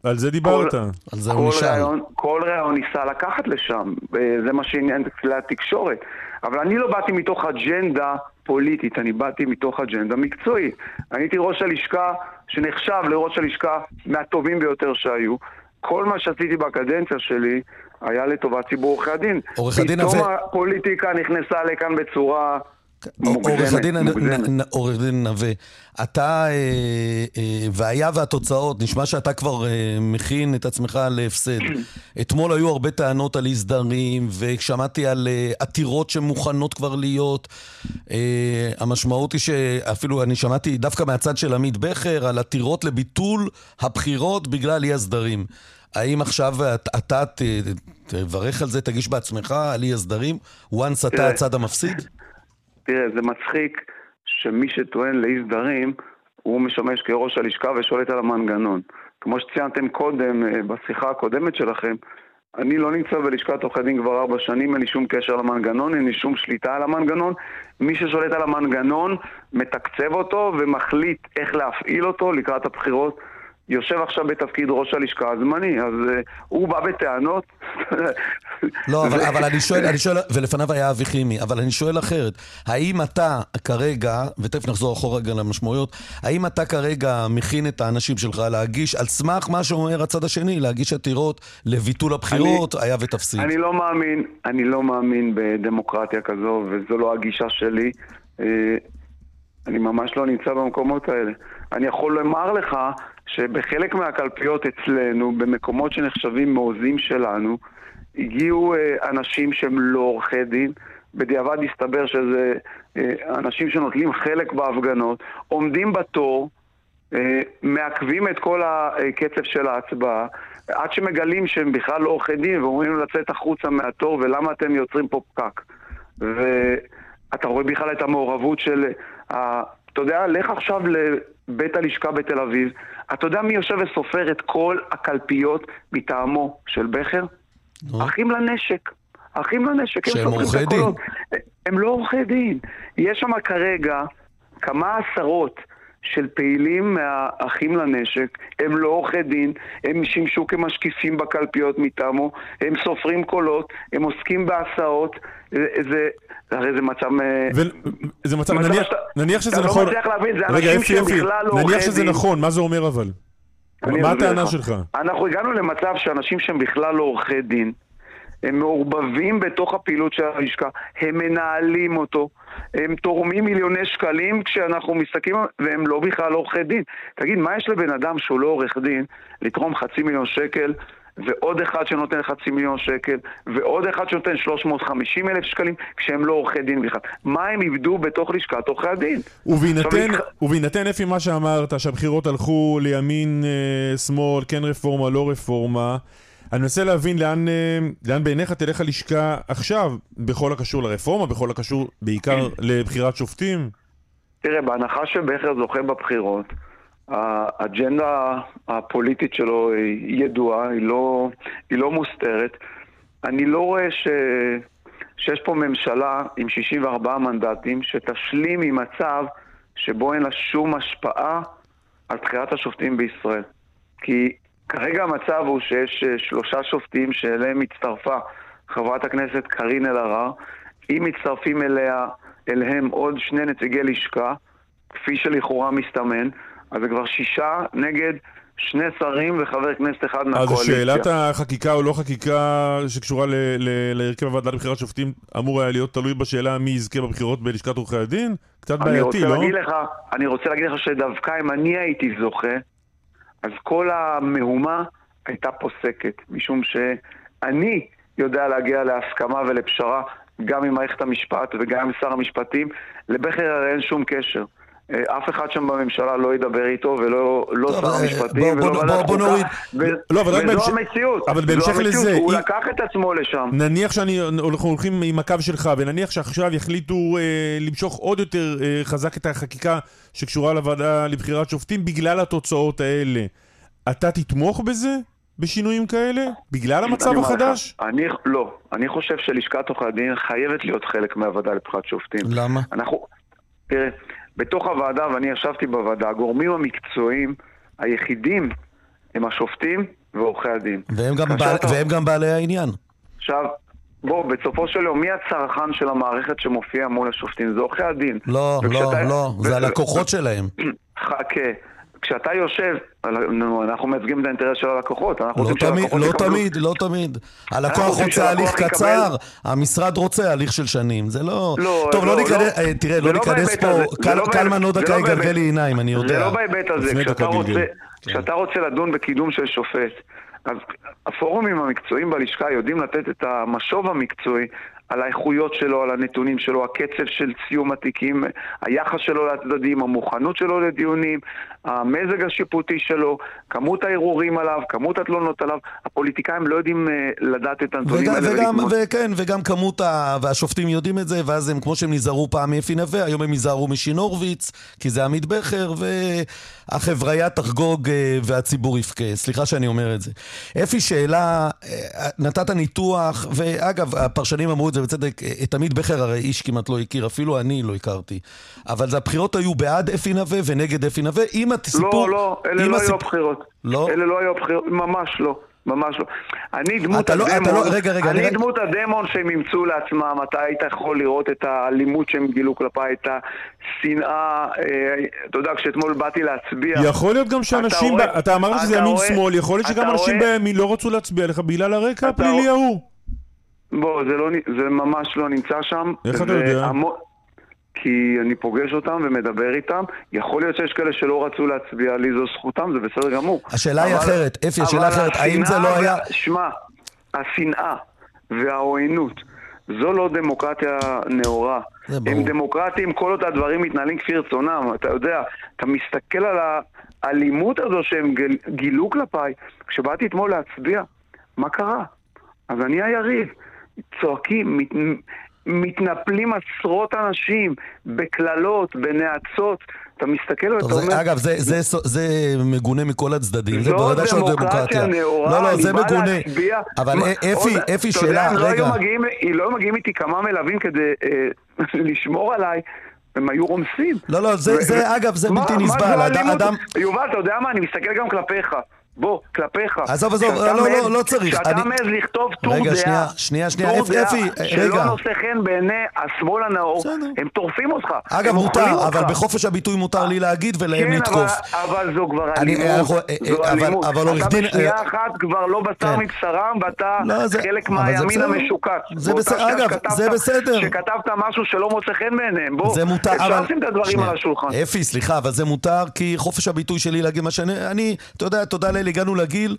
על זה דיברת. על זה הוא נשאל. כל רעיון ניסה לקחת לשם, זה מה שעניין כלי התקשורת. אבל אני לא באתי מתוך אג'נדה פוליטית, אני באתי מתוך אג'נדה מקצועית. אני הייתי ראש הלשכה שנחשב לראש הלשכה מהטובים ביותר שהיו. כל מה שעשיתי באקדנציה שלי היה לטובת ציבור עורכי הדין. פתאום הפוליטיקה נכנסה לכאן בצורה עורך דין נווה, אתה והיה והתוצאות, נשמע שאתה כבר מכין את עצמך להפסד. אתמול היו הרבה טענות על הסדרים, ושמעתי על עתירות שמוכנות כבר להיות. המשמעות היא שאפילו אני שמעתי דווקא מהצד של עמית בכר על עתירות לביטול הבחירות בגלל אי הסדרים. האם עכשיו אתה תברך על זה, תגיש בעצמך על אי הסדרים, once אתה הצד המפסיד? תראה, זה מצחיק שמי שטוען לאי סדרים הוא משמש כראש הלשכה ושולט על המנגנון. כמו שציינתם קודם, בשיחה הקודמת שלכם, אני לא נמצא בלשכת עורכי דין כבר 4 שנים, אין לי שום קשר למנגנון, אין לי שום שליטה על המנגנון. מי ששולט על המנגנון מתקצב אותו ומחליט איך להפעיל אותו לקראת הבחירות. יושב עכשיו בתפקיד ראש הלשכה הזמני, אז הוא בא בטענות. לא, אבל אני שואל, ולפניו היה אבי חימי, אבל אני שואל אחרת, האם אתה כרגע, ותכף נחזור אחורה רגע למשמעויות, האם אתה כרגע מכין את האנשים שלך להגיש, על סמך מה שאומר הצד השני, להגיש עתירות לביטול הבחירות, היה ותפסיד? אני לא מאמין בדמוקרטיה כזו, וזו לא הגישה שלי. אני ממש לא נמצא במקומות האלה. אני יכול לומר לך שבחלק מהקלפיות אצלנו, במקומות שנחשבים מעוזים שלנו, הגיעו אנשים שהם לא עורכי דין, בדיעבד הסתבר שזה אנשים שנוטלים חלק בהפגנות, עומדים בתור, מעכבים את כל הקצב של ההצבעה, עד שמגלים שהם בכלל לא עורכי דין, ואומרים לצאת החוצה מהתור, ולמה אתם יוצרים פה פקק. ואתה רואה בכלל את המעורבות של... אתה יודע, לך עכשיו לבית הלשכה בתל אביב, אתה יודע מי יושב וסופר את כל הקלפיות מטעמו של בכר? אחים לנשק. שהם עורכי דין. הם לא עורכי דין. יש שם כרגע כמה עשרות של פעילים מהאחים לנשק, הם לא עורכי דין, הם שימשו כמשקיפים בקלפיות מטעמו, הם סופרים קולות, הם עוסקים בהסעות, הרי זה מצב... זה מצב, נניח שזה נכון... אתה לא מצליח להבין, זה אנשים שהם בכלל לא עורכי דין. נניח שזה נכון, מה זה אומר אבל? מה הטענה שלך? אנחנו הגענו למצב שאנשים שהם בכלל לא עורכי דין, הם מעורבבים בתוך הפעילות של הלשכה, הם מנהלים אותו, הם תורמים מיליוני שקלים כשאנחנו מסתכלים, והם לא בכלל עורכי דין. תגיד, מה יש לבן אדם שהוא לא עורך דין לתרום 500,000 שקל, ועוד אחד שנותן 500,000 שקל, ועוד אחד שנותן 350,000 שקלים, כשהם לא עורכי דין בכלל? מה הם איבדו בתוך לשכת עורכי הדין? ובהינתן אפי מה שאמרת, שהבחירות הלכו לימין, שמאל, כן רפורמה, לא רפורמה, אני מנסה להבין לאן בעיניך תלך הלשכה עכשיו, בכל הקשור לרפורמה, בכל הקשור בעיקר לבחירת שופטים? תראה, בהנחה שבכר זוכה בבחירות, האג'נדה הפוליטית שלו היא ידועה, היא לא מוסתרת. אני לא רואה שיש פה ממשלה עם 64 מנדטים שתשלים עם מצב שבו אין לה שום השפעה על בחירת השופטים בישראל. כי כרגע המצב הוא שיש 3 שופטים שאליהם הצטרפה חברת הכנסת קרין אלהרר. אם מצטרפים אליהם עוד 2 נציגי לשכה, כפי שלכאורה מסתמן, אז זה כבר 6 נגד 2 שרים וחבר כנסת אחד מהקואליציה. אז שאלת החקיקה או לא חקיקה שקשורה להרכב הוועדה לבחירת שופטים אמור היה להיות תלוי בשאלה מי יזכה בבחירות בלשכת עורכי הדין? קצת בעייתי, לא? אני רוצה להגיד לך שדווקא אם אני הייתי זוכה, אז כל המהומה הייתה פוסקת, משום שאני יודע להגיע להסכמה ולפשרה גם עם מערכת המשפט וגם עם שר המשפטים. לבכר הרי אין שום קשר. אף אחד שם בממשלה לא ידבר איתו, ולא שר המשפטים, ולא ועדת חוקה. וזו המציאות. אבל בהמשך לזה... הוא לקח את עצמו לשם. נניח שאנחנו הולכים עם הקו שלך, ונניח שעכשיו יחליטו למשוך עוד יותר חזק את החקיקה שקשורה לוועדה לבחירת שופטים, בגלל התוצאות האלה. אתה תתמוך בזה? בשינויים כאלה? בגלל המצב החדש? לא. אני חושב שלשכת עורכי הדין חייבת להיות חלק מהוועדה לבחירת שופטים. למה? תראה, בתוך הוועדה, ואני ישבתי בוועדה, הגורמים המקצועיים היחידים הם השופטים ועורכי הדין. והם גם בעלי העניין. עכשיו, בסופו של יום, מי הצרכן של המערכת שמופיע מול השופטים? זה עורכי הדין. לא, זה הלקוחות שלהם. חכה. כשאתה יושב, אנחנו מייצגים את האינטרס של הלקוחות. לא תמיד. הלקוח רוצה הליך קצר, המשרד רוצה הליך של שנים. זה לא... טוב, לא ניכנס פה, קלמן עוד דקה יגלגל לי עיניים, אני יודע. זה לא בהיבט הזה. כשאתה רוצה לדון בקידום של שופט, אז הפורומים המקצועיים בלשכה יודעים לתת את המשוב המקצועי על האיכויות שלו, על הנתונים שלו, הקצב של סיום התיקים, היחס שלו לצדדים, המוכנות שלו לדיונים, המזג השיפוטי שלו, כמות הערעורים עליו, כמות התלונות עליו. הפוליטיקאים לא יודעים לדעת את הנתונים האלה. וגם כמות, והשופטים יודעים את זה, ואז הם, כמו שהם נזהרו פעם מאפי נווה, היום הם נזהרו משין הורוביץ, כי זה עמית בכר, והחבריה תחגוג והציבור יפקה. סליחה שאני אומר את זה. אפי, שאלה, נתת ניתוח, ואגב, הפרשנים אמרו את זה בצדק, את עמית בכר הרי איש כמעט לא הכיר, אפילו אני לא הכרתי. אבל הבחירות היו בעד אפי נווה ונגד אפי נווה, עם הסיפור... לא, אלה לא היו הבחירות. לא? אלה לא היו הבחירות, ממש לא. ממש לא. אני דמות הדמון שהם ימצאו לעצמם, אתה היית יכול לראות את האלימות שהם גילו כלפיי, את השנאה, אתה יודע, כשאתמול באתי להצביע. יכול להיות גם שאנשים, אתה אמרת שזה ימין שמאל, יכול להיות שגם אנשים בימין לא רצו להצביע לך בגלל הרקע הפלילי ההוא. זה ממש לא נמצא שם. איך אתה יודע? כי אני פוגש אותם ומדבר איתם. יכול להיות שיש כאלה שלא רצו להצביע לי, זו זכותם, זה בסדר גמור. השאלה היא אחרת, אפי, השאלה אחרת, האם זה לא היה... שמע, השנאה והעוינות, זו לא דמוקרטיה נאורה. הם דמוקרטיים, כל אותה הדברים מתנהלים כפי רצונם. אתה יודע, אתה מסתכל על האלימות הזו שהם גילו כלפיי. כשבאתי אתמול להצביע, מה קרה? אז אני היריב. צועקים, מתנפלים עשרות אנשים בקללות, בנאצות. אתה מסתכל ואתה אומר... אגב, זה מגונה מכל הצדדים. זו דמוקרטיה נאורה. לא, זה מגונה. אבל אפי שאלה, רגע. לא מגיעים איתי כמה מלווים כדי לשמור עליי. הם היו רומסים. לא, זה אגב, זה בלתי נסבל. יובל, אתה יודע מה? אני מסתכל גם כלפיך. בוא, כלפיך. עזוב, לא צריך. כשאתה מעז לכתוב טור דעה, רגע, שנייה, אפי, שלא נושא חן בעיני השמאל הנאור, הם טורפים אותך. אגב, מותר, אבל בחופש הביטוי מותר לי להגיד ולהם לתקוף. כן, אבל זו כבר אלימות. אתה בשנייה אחת כבר לא בשר מבשרם, ואתה חלק מהימין המשוקק. אגב, זה בסדר. שכתבת משהו שלא מוצא חן בעיניהם. בוא, אפשר לשים את הדברים על השולחן. אפי, סליחה, אבל זה מותר, כי חופש הביטוי שלי להגיד מה שאני... תודה לאל, הגענו לגיל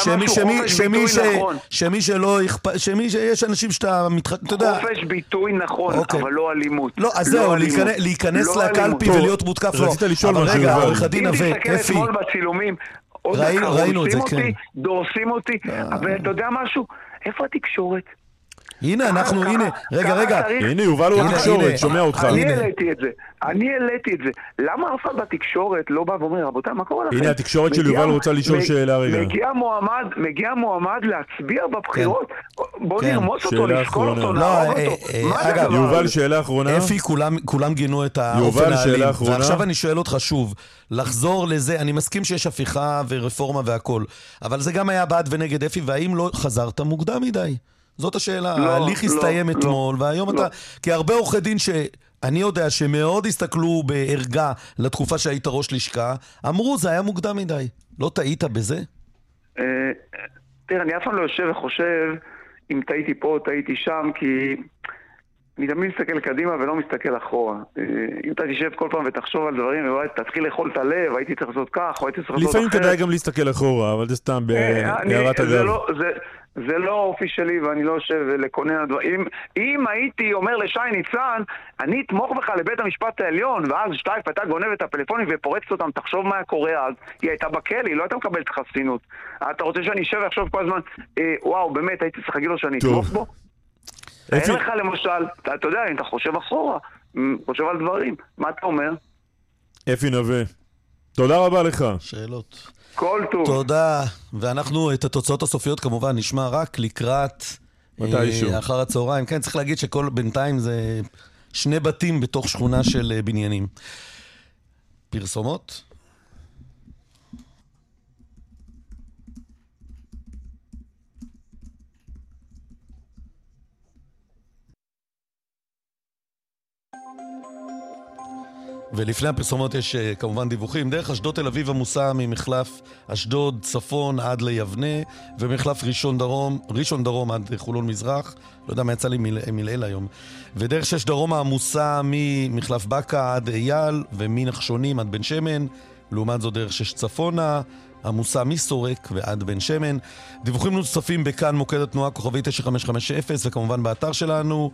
שמי שלא אכפת, שיש אנשים שאתה אתה יודע... חופש ביטוי נכון, אבל לא אלימות. לא, אז זהו, להיכנס לקלפי ולהיות מותקף לא. אבל רגע, עורך הדין נווה, אפי. אם תסתכל אתמול בצילומים, ראינו את זה, כן. דורסים אותי, אבל אתה יודע משהו? איפה התקשורת? הנה, רגע. הנה, יובל הוא התקשורת, שומע אותך. אני העליתי את זה. למה אף אחד בתקשורת לא בא ואומר, רבותיי, מה קורה לכם? הנה, התקשורת של יובל רוצה לשאול שאלה רגע. מגיע מועמד להצביע בבחירות. בוא נרמוס אותו, לשקול אותו, נערוב אותו. אגב, יובל, שאלה אחרונה. אפי, כולם גינו את האופן האלים. ועכשיו אני שואל אותך שוב, לחזור לזה, אני מסכים שיש הפיכה ורפורמה והכל, אבל זה גם היה בעד ונגד אפי, והאם לא חזרת מוקדם מדי? זאת השאלה, ההליך הסתיים אתמול, והיום אתה... כי הרבה עורכי דין שאני יודע שמאוד הסתכלו בערגה לתקופה שהיית ראש לשכה, אמרו, זה היה מוקדם מדי. לא טעית בזה? תראה, אני אף פעם לא יושב וחושב אם טעיתי פה או טעיתי שם, כי אני תמיד מסתכל קדימה ולא מסתכל אחורה. אם אתה תשב כל פעם ותחשוב על דברים, תתחיל לאכול את הלב, הייתי צריך לעשות כך, או הייתי צריך לעשות אחרת. לפעמים כדאי גם להסתכל אחורה, אבל זה סתם בהערת אגב. זה לא האופי שלי, ואני לא יושב לקונן הדברים. אם הייתי אומר לשי ניצן, אני אתמוך בך לבית המשפט העליון, ואז שטייף הייתה גונבת את הפלאפונים ופורצת אותם, תחשוב מה קורה אז. היא הייתה בכלא, היא לא הייתה מקבלת חסינות. אתה רוצה שאני אשב ועכשיו כל הזמן, וואו, באמת, הייתי צריך להגיד לו שאני אתמוך בו? אין לך למשל, אתה יודע, אם אתה חושב אחורה, חושב על דברים, מה אתה אומר? אפי נווה, תודה רבה לך. שאלות. כל טוב. תודה, ואנחנו את התוצאות הסופיות כמובן נשמע רק לקראת אחר הצהריים. כן, צריך להגיד שכל בינתיים זה 2 בתים בתוך שכונה של בניינים. פרסומות? ולפני הפרסומות יש כמובן דיווחים. דרך אשדוד תל אביב עמוסה ממחלף אשדוד צפון עד ליבנה, ומחלף ראשון דרום עד חולון מזרח. לא יודע מה יצא לי מלעיל היום. ודרך 6 דרום עמוסה ממחלף בקה עד אייל, ומנחשונים עד בן שמן. לעומת זו דרך 6 צפונה עמוסה מסורק ועד בן שמן. דיווחים נוספים בכאן מוקד התנועה כוכבי 9550, וכמובן באתר שלנו.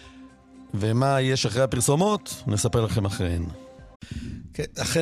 ומה יש אחרי הפרסומות? נספר לכם אחריהן. כן, אכן,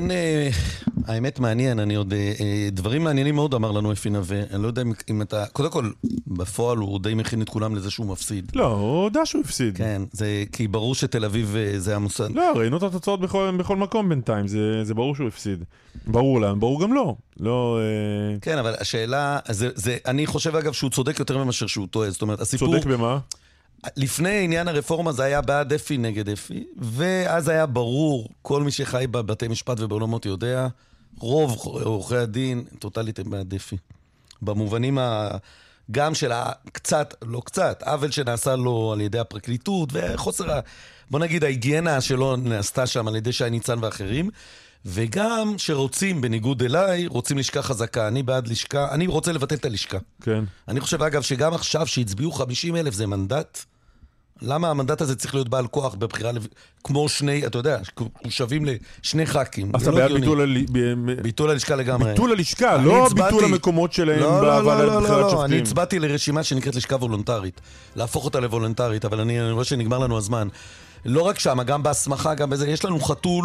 האמת מעניין, אני עוד, דברים מעניינים מאוד אמר לנו אפי נווה, אני לא יודע אם אתה, קודם כל, בפועל הוא די מכין את כולם לזה שהוא מפסיד. לא, הוא יודע שהוא הפסיד. כן, זה כי ברור שתל אביב זה המוסד. לא, ראינו את התוצאות בכל מקום בינתיים, זה ברור שהוא הפסיד. ברור להם, ברור גם לא. לא... כן, אבל השאלה, אני חושב אגב שהוא צודק יותר ממה שהוא טועה, זאת אומרת, הסיפור... צודק במה? לפני עניין הרפורמה זה היה בעד אפי נגד אפי, ואז היה ברור, כל מי שחי בבתי משפט ובעולמות יודע, רוב עורכי הדין טוטלית הם בעד אפי. במובנים גם של הקצת, לא קצת, עוול שנעשה לו על ידי הפרקליטות, וחוסר, בוא נגיד, ההיגיינה שלו נעשתה שם על ידי שי ניצן ואחרים, וגם שרוצים, בניגוד אליי, רוצים לשכה חזקה. אני בעד לשכה, אני רוצה לבטל את הלשכה. כן. אני חושב, אגב, שגם עכשיו שהצביעו 50,000 זה מנדט, למה המנדט הזה צריך להיות בעל כוח בבחירה, כמו שני, אתה יודע, שווים לשני ח"כים. אז אתה בעד ביטול הלשכה לגמרי. ביטול הלשכה, לא ביטול המקומות שלהם בוועדת בחירת שופטים. אני הצבעתי לרשימה שנקראת לשכה וולונטרית, להפוך אותה לוולונטרית, אבל אני רואה שנגמר לנו הזמן. לא רק שם, גם בהסמכה, גם בזה, יש לנו חתול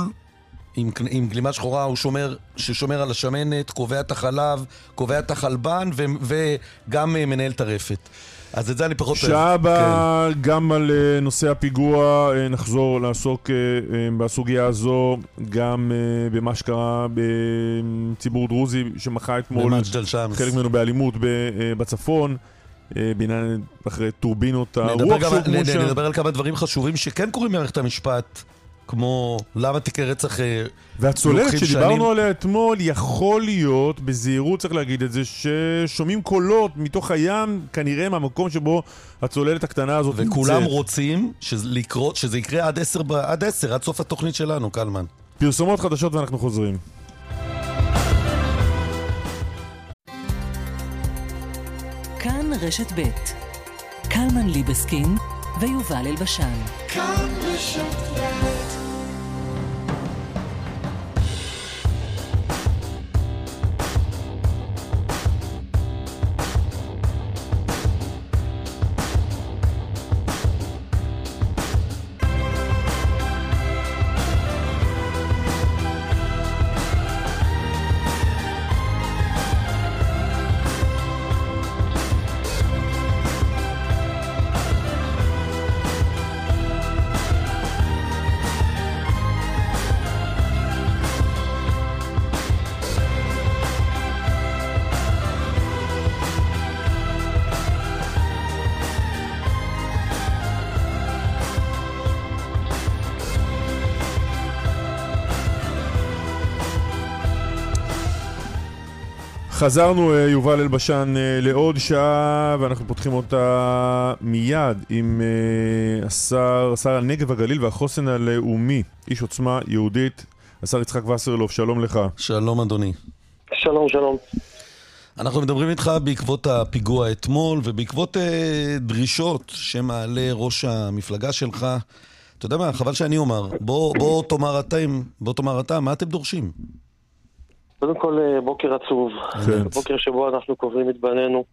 עם גלימה שחורה, הוא ששומר על השמנת, קובע את החלב, קובע את החלבן, וגם מנהל את הרפת. אז את זה אני פחות... שעה הבאה, גם על נושא הפיגוע, נחזור לעסוק בסוגיה הזו, גם במה שקרה בציבור דרוזי, שמחה אתמול חלק ממנו באלימות בצפון, בעניין אחרי טורבינות הרוח שהוקמו שם. נדבר על כמה דברים חשובים שכן קוראים מערכת המשפט, כמו למה תיקי רצח והצוללת שדיברנו עליה אתמול, יכול להיות, בזהירות צריך להגיד את זה, ששומעים קולות מתוך הים, כנראה מהמקום שבו הצוללת הקטנה הזאת נמצאת. וכולם רוצים שזה יקרה עד 10, עד סוף התוכנית שלנו, קלמן. פרסומות חדשות ואנחנו חוזרים. כאן רשת ב' קלמן ליבסקין ויובל אלבשן. כאן רשת ב'. חזרנו, יובל אלבשן, לעוד שעה, ואנחנו פותחים אותה מיד עם השר הנגב הגליל והחוסן הלאומי, איש עוצמה יהודית, השר יצחק וסרלוף. שלום לך. שלום אדוני. שלום, שלום. אנחנו מדברים איתך בעקבות הפיגוע אתמול, ובעקבות דרישות שמעלה ראש המפלגה שלך. אתה יודע מה, חבל שאני אומר, בוא תאמר אתה, מה אתם דורשים? קודם כל, בוקר עצוב, בוקר שבו אנחנו קוברים את בנינו.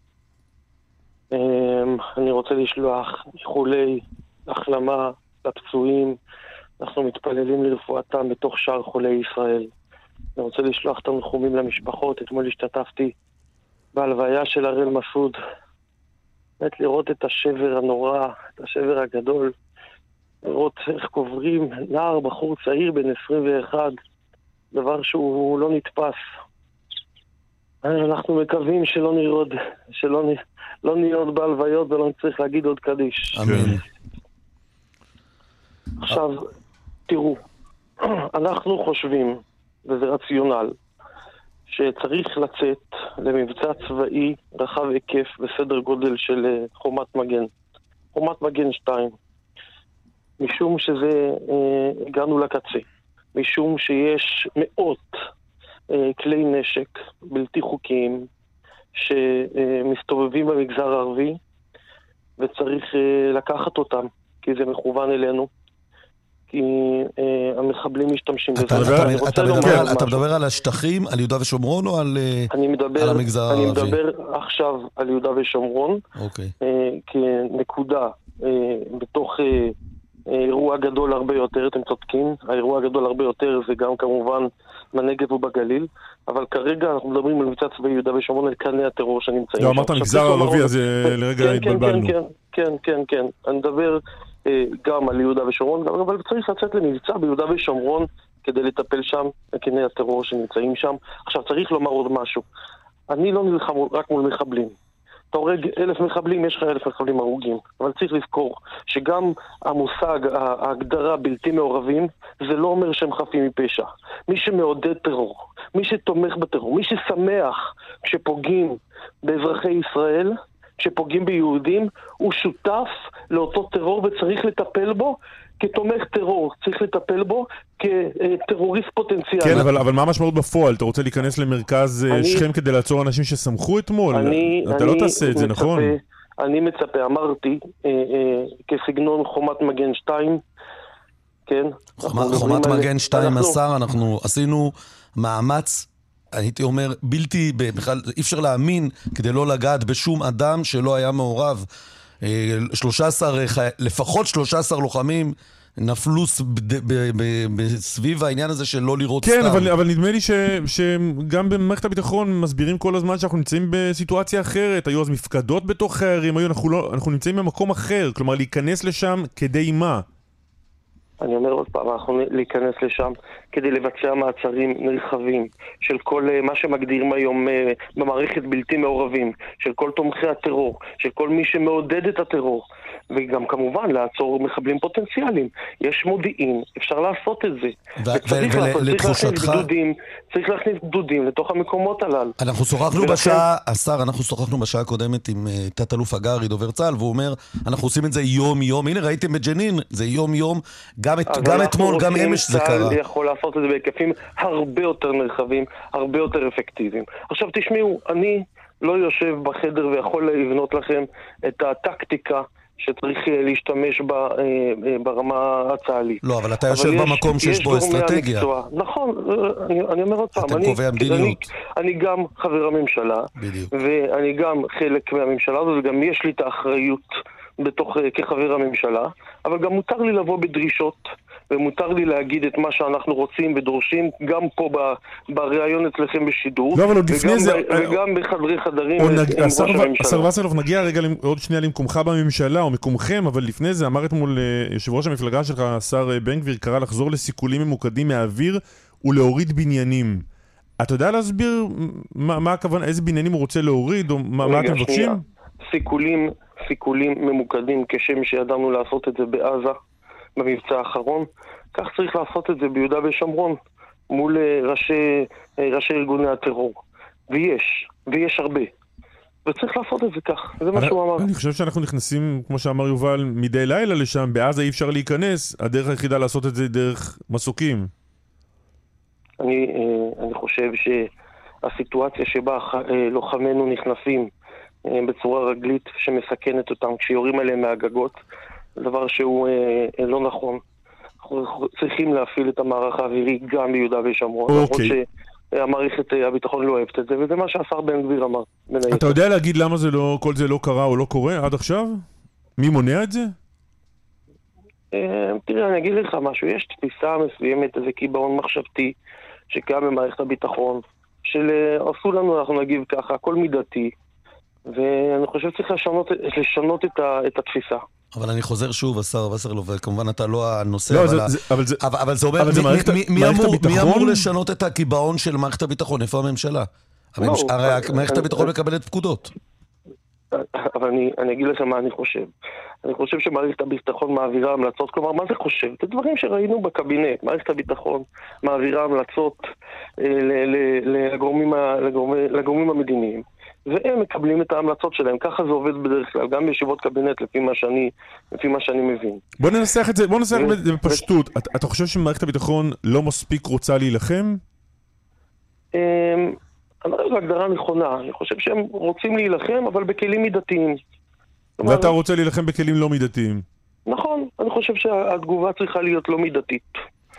אני רוצה לשלוח איחולי החלמה לפצועים, אנחנו מתפללים לרפואתם בתוך שאר חולי ישראל. אני רוצה לשלוח תנחומים למשפחות, אתמול השתתפתי בהלוויה של הראל מסעוד, באמת לראות את השבר הנורא, את השבר הגדול, לראות איך קוברים נער, בחור צעיר בן 21, דבר שהוא לא נתפס. אנחנו מקווים שלא נהיה עוד בהלוויות ולא נצטרך להגיד עוד קדיש. אמן. עכשיו, תראו, אנחנו חושבים, וזה רציונל, שצריך לצאת למבצע צבאי רחב היקף בסדר גודל של חומת מגן. חומת מגן 2. משום שזה, הגענו לקצה, משום שיש מאות כלי נשק בלתי חוקיים שמסתובבים במגזר הערבי, וצריך לקחת אותם, כי זה מכוון אלינו, כי המחבלים משתמשים בזה. אתה מדבר על השטחים, על יהודה ושומרון או על המגזר הערבי? אני מדבר עכשיו על יהודה ושומרון, כנקודה בתוך אירוע גדול הרבה יותר, אתם צודקים, האירוע הגדול הרבה יותר זה גם כמובן בנגב ובגליל, אבל כרגע אנחנו מדברים על מבצע צבאי יהודה ושומרון, על קני הטרור שנמצאים. לא, אמרת מגזר הערבי, אז לרגע התבלבלנו. כן, אני מדבר גם על יהודה ושומרון, אבל צריך לצאת למבצע ביהודה ושומרון כדי לטפל שם בקני הטרור שנמצאים שם. עכשיו צריך לומר עוד משהו, אני לא נלחם רק מול מחבלים. אתה הורג 1,000 מחבלים, יש לך 1,000 מחבלים הרוגים. אבל צריך לזכור שגם המושג, ההגדרה בלתי מעורבים, זה לא אומר שהם חפים מפשע. מי שמעודד טרור, מי שתומך בטרור, מי ששמח כשפוגעים באזרחי ישראל, כשפוגעים ביהודים, הוא שותף לאותו טרור וצריך לטפל בו כתומך טרור, צריך לטפל בו כטרוריסט פוטנציאלי. כן, אבל מה המשמעות בפועל? אתה רוצה להיכנס למרכז שכם כדי לעצור אנשים שסמכו אתמול? אתה לא תעשה את זה, נכון? אני מצפה, אמרתי, כסגנון חומת מגן 2, כן? חומת מגן 2, השר, אנחנו עשינו מאמץ, הייתי אומר, בלתי, בכלל אי אפשר להאמין, כדי לא לגעת בשום אדם שלא היה מעורב. לפחות 13 לוחמים נפלו סביב העניין הזה של לא לראות סתם. כן, אבל נדמה לי שגם במערכת הביטחון מסבירים כל הזמן שאנחנו נמצאים בסיטואציה אחרת. היו אז מפקדות בתוך הערים, אנחנו נמצאים במקום אחר, כלומר להיכנס לשם כדי מה? אני אומר עוד פעם, אנחנו להיכנס לשם כדי לבצע מעצרים נרחבים של כל מה שמגדירים היום במערכת בלתי מעורבים, של כל תומכי הטרור, של כל מי שמעודד את הטרור, וגם כמובן לעצור מחבלים פוטנציאליים. יש מודיעין, אפשר לעשות את זה. צריך להכניס גדודים לתוך המקומות הללו. אנחנו שוחחנו בשעה הקודמת עם תת-אלוף הגרי, דובר צה"ל, והוא אומר, אנחנו עושים את זה יום-יום. הנה, ראיתם בג'נין, זה יום-יום, גם אתמול, גם אמש זה קרה. צה"ל יכול לעשות את זה בהיקפים הרבה יותר נרחבים, הרבה יותר אפקטיביים. עכשיו תשמעו, אני לא יושב בחדר ויכול לבנות לכם את הטקטיקה שצריך להשתמש בה ברמה הצה"לית. לא, אבל אתה יושב במקום שיש בו אסטרטגיה. נכון, אני אומר עוד פעם, אני גם חבר הממשלה, ואני גם חלק מהממשלה הזו, וגם יש לי את האחריות כחבר הממשלה, אבל גם מותר לי לבוא בדרישות, ומותר לי להגיד את מה שאנחנו רוצים ודורשים, גם פה בראיון אצלכם בשידור, וגם בחדרי חדרים עם ראש הממשלה. השר וסרלאוף, נגיע רגע עוד שנייה למקומך בממשלה או מקומכם, אבל לפני זה אמר אתמול יושב ראש המפלגה שלך, השר בן גביר, קרא לחזור לסיכולים ממוקדים מהאוויר ולהוריד בניינים. אתה יודע להסביר מה הכוונה, איזה בניינים הוא רוצה להוריד, או מה אתם מבקשים? סיכולים ממוקדים כשם שידענו לעשות את זה בעזה במבצע האחרון, כך צריך לעשות את זה ביהודה ושומרון מול ראשי ארגוני הטרור, ויש הרבה, וצריך לעשות את זה כך, זה מה שהוא אמר. אני חושב שאנחנו נכנסים, כמו שאמר יובל, מדי לילה לשם, בעזה אי אפשר להיכנס, הדרך היחידה לעשות את זה דרך מסוקים. אני חושב שהסיטואציה שבה לוחמינו נכנסים בצורה רגלית שמסכנת אותם כשיורים עליהם מהגגות, דבר שהוא לא נכון. אנחנו צריכים להפעיל את המערך האווירי גם ביהודה ושומרון, למרות שהמערכת הביטחון לא אוהבת את זה, וזה מה שהשר בן גביר אמר. אתה יודע להגיד למה כל זה לא קרה או לא קורה עד עכשיו? מי מונע את זה? תראה, אני אגיד לך משהו, יש תפיסה מסוימת, איזה קיבעון מחשבתי שקיים במערכת הביטחון, עשו לנו, אנחנו נגיב ככה, הכל מידתי, ואני חושב שצריך לשנות את התפיסה. אבל אני חוזר שוב, השר וסרלאוף, וכמובן אתה לא הנושא, אבל זה אומר, מי אמור לשנות את הקיבעון של מערכת הביטחון? איפה הממשלה? הרי מערכת הביטחון מקבלת פקודות. אבל אני אגיד לכם מה אני חושב. אני חושב שמערכת הביטחון מעבירה המלצות, כלומר, מה זה חושב? זה דברים שראינו בקבינט. מערכת הביטחון מעבירה המלצות לגורמים המדיניים, והם מקבלים את ההמלצות שלהם. ככה זה עובד בדרך כלל, גם בישיבות קבינט, לפי מה שאני מבין. בוא ננסח את זה בפשטות. אתה חושב שמערכת הביטחון לא מספיק רוצה להילחם? אני חושב שהגדרה נכונה. אני חושב שהם רוצים להילחם, אבל בכלים מידתיים. ואתה רוצה להילחם בכלים לא מידתיים? נכון, אני חושב שהתגובה צריכה להיות לא מידתית.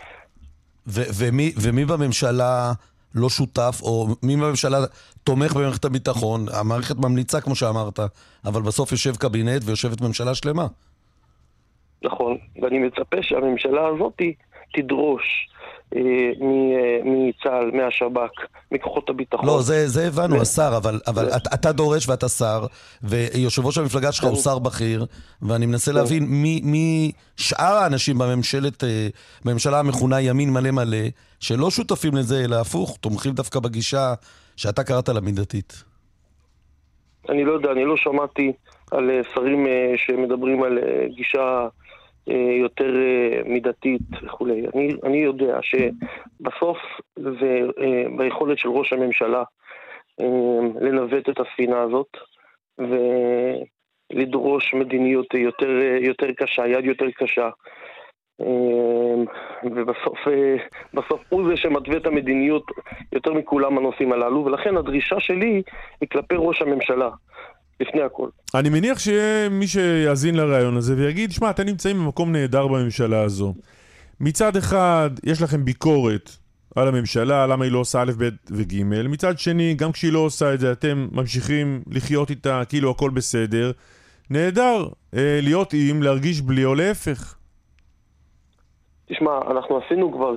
ומי בממשלה לא שותף, או מי בממשלה תומך במערכת הביטחון? המערכת ממליצה, כמו שאמרת, אבל בסוף יושב קבינט ויושבת ממשלה שלמה. נכון, ואני מצפה שהממשלה הזאת תדרוש מצה"ל, מהשב"כ, מכוחות הביטחון. לא, זה הבנו, השר, אבל אתה דורש ואתה שר, ויושב ראש המפלגה שלך הוא שר בכיר, ואני מנסה להבין מי שאר האנשים בממשלה המכונה ימין מלא מלא, שלא שותפים לזה, אלא הפוך, תומכים דווקא בגישה שאתה קראת לה מידתית. אני לא יודע, אני לא שמעתי על שרים שמדברים על גישה יותר מידתית וכולי. אני יודע שבסוף זה ביכולת של ראש הממשלה לנווט את הספינה הזאת ולדרוש מדיניות יותר קשה, יד יותר קשה. ובסוף הוא זה שמתווה את המדיניות יותר מכולם הנושאים הללו, ולכן הדרישה שלי היא כלפי ראש הממשלה. לפני הכל. אני מניח שיהיה מי שיאזין לרעיון הזה ויגיד, שמע, אתם נמצאים במקום נהדר בממשלה הזו. מצד אחד, יש לכם ביקורת על הממשלה, למה היא לא עושה א', ב' וג'. מצד שני, גם כשהיא לא עושה את זה, אתם ממשיכים לחיות איתה כאילו הכל בסדר. נהדר להיות עם, להרגיש בלי או להפך. תשמע, אנחנו עשינו כבר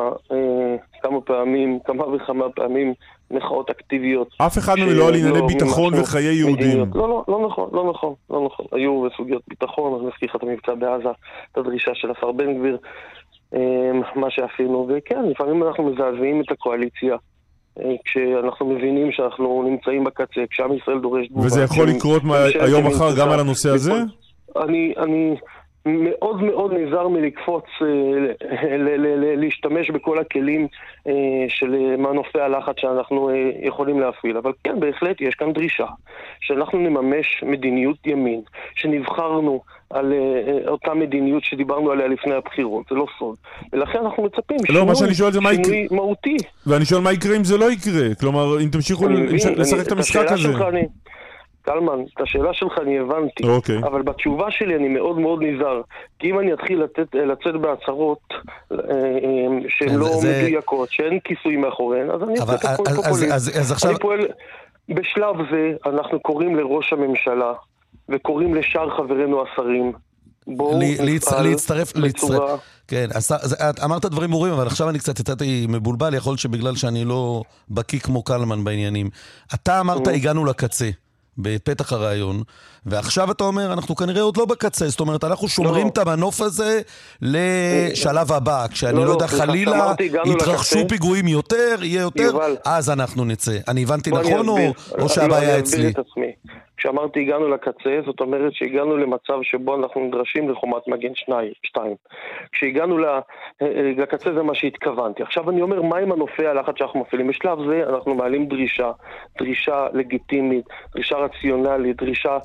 כמה פעמים מחאות אקטיביות. אף אחד לא על ענייני ביטחון וחיי יהודים. לא נכון. היו בסוגיות ביטחון, אני מזכיר לך את המבצע בעזה, את הדרישה של השר בן גביר, מה שעשינו, וכן, לפעמים אנחנו מזעזעים את הקואליציה, כשאנחנו מבינים שאנחנו נמצאים בקצה, כשעם ישראל דורש תגובה. וזה יכול לקרות היום מחר גם על הנושא הזה? אני מאוד מאוד נזהר מלקפוץ, להשתמש בכל הכלים של מנופי הלחץ שאנחנו יכולים להפעיל. אבל כן, בהחלט יש כאן דרישה שאנחנו נממש מדיניות ימין, שנבחרנו על אותה מדיניות שדיברנו עליה לפני הבחירות, זה לא סוד. ולכן אנחנו מצפים שינוי מהותי. ואני שואל מה יקרה אם זה לא יקרה? כלומר, אם תמשיכו לשחק את המשחק הזה. קלמן, את השאלה שלך אני הבנתי, אבל בתשובה שלי אני מאוד מאוד נזהר, כי אם אני אתחיל לצאת בהצהרות שהן לא מדויקות, שאין כיסוי מאחוריהן, אז אני אצא את פופוליסט. אני פועל, בשלב זה אנחנו קוראים לראש הממשלה, וקוראים לשאר חברינו השרים, בואו להצטרף. כן, אמרת דברים ברורים, אבל עכשיו אני קצת יצאתי מבולבל, יכול להיות שבגלל שאני לא בקי כמו קלמן בעניינים. אתה אמרת הגענו לקצה בפתח הרעיון, ועכשיו אתה אומר, אנחנו כנראה עוד לא בקצה, זאת אומרת, אנחנו שומרים את המנוף הזה לשלב הבא, כשאני לא יודע, חלילה, יתרחשו פיגועים יותר, יהיה יותר, אז אנחנו נצא. אני הבנתי נכון או שהבעיה אצלי? כשאמרתי הגענו לקצה, זאת אומרת שהגענו למצב שבו אנחנו נדרשים לחומת מגן 2. כשהגענו לקצה זה מה שהתכוונתי. עכשיו אני אומר, מה עם מנופי הלחץ שאנחנו מפעילים? בשלב זה אנחנו מעלים דרישה לגיטימית, דרישה רציונלית, דרישה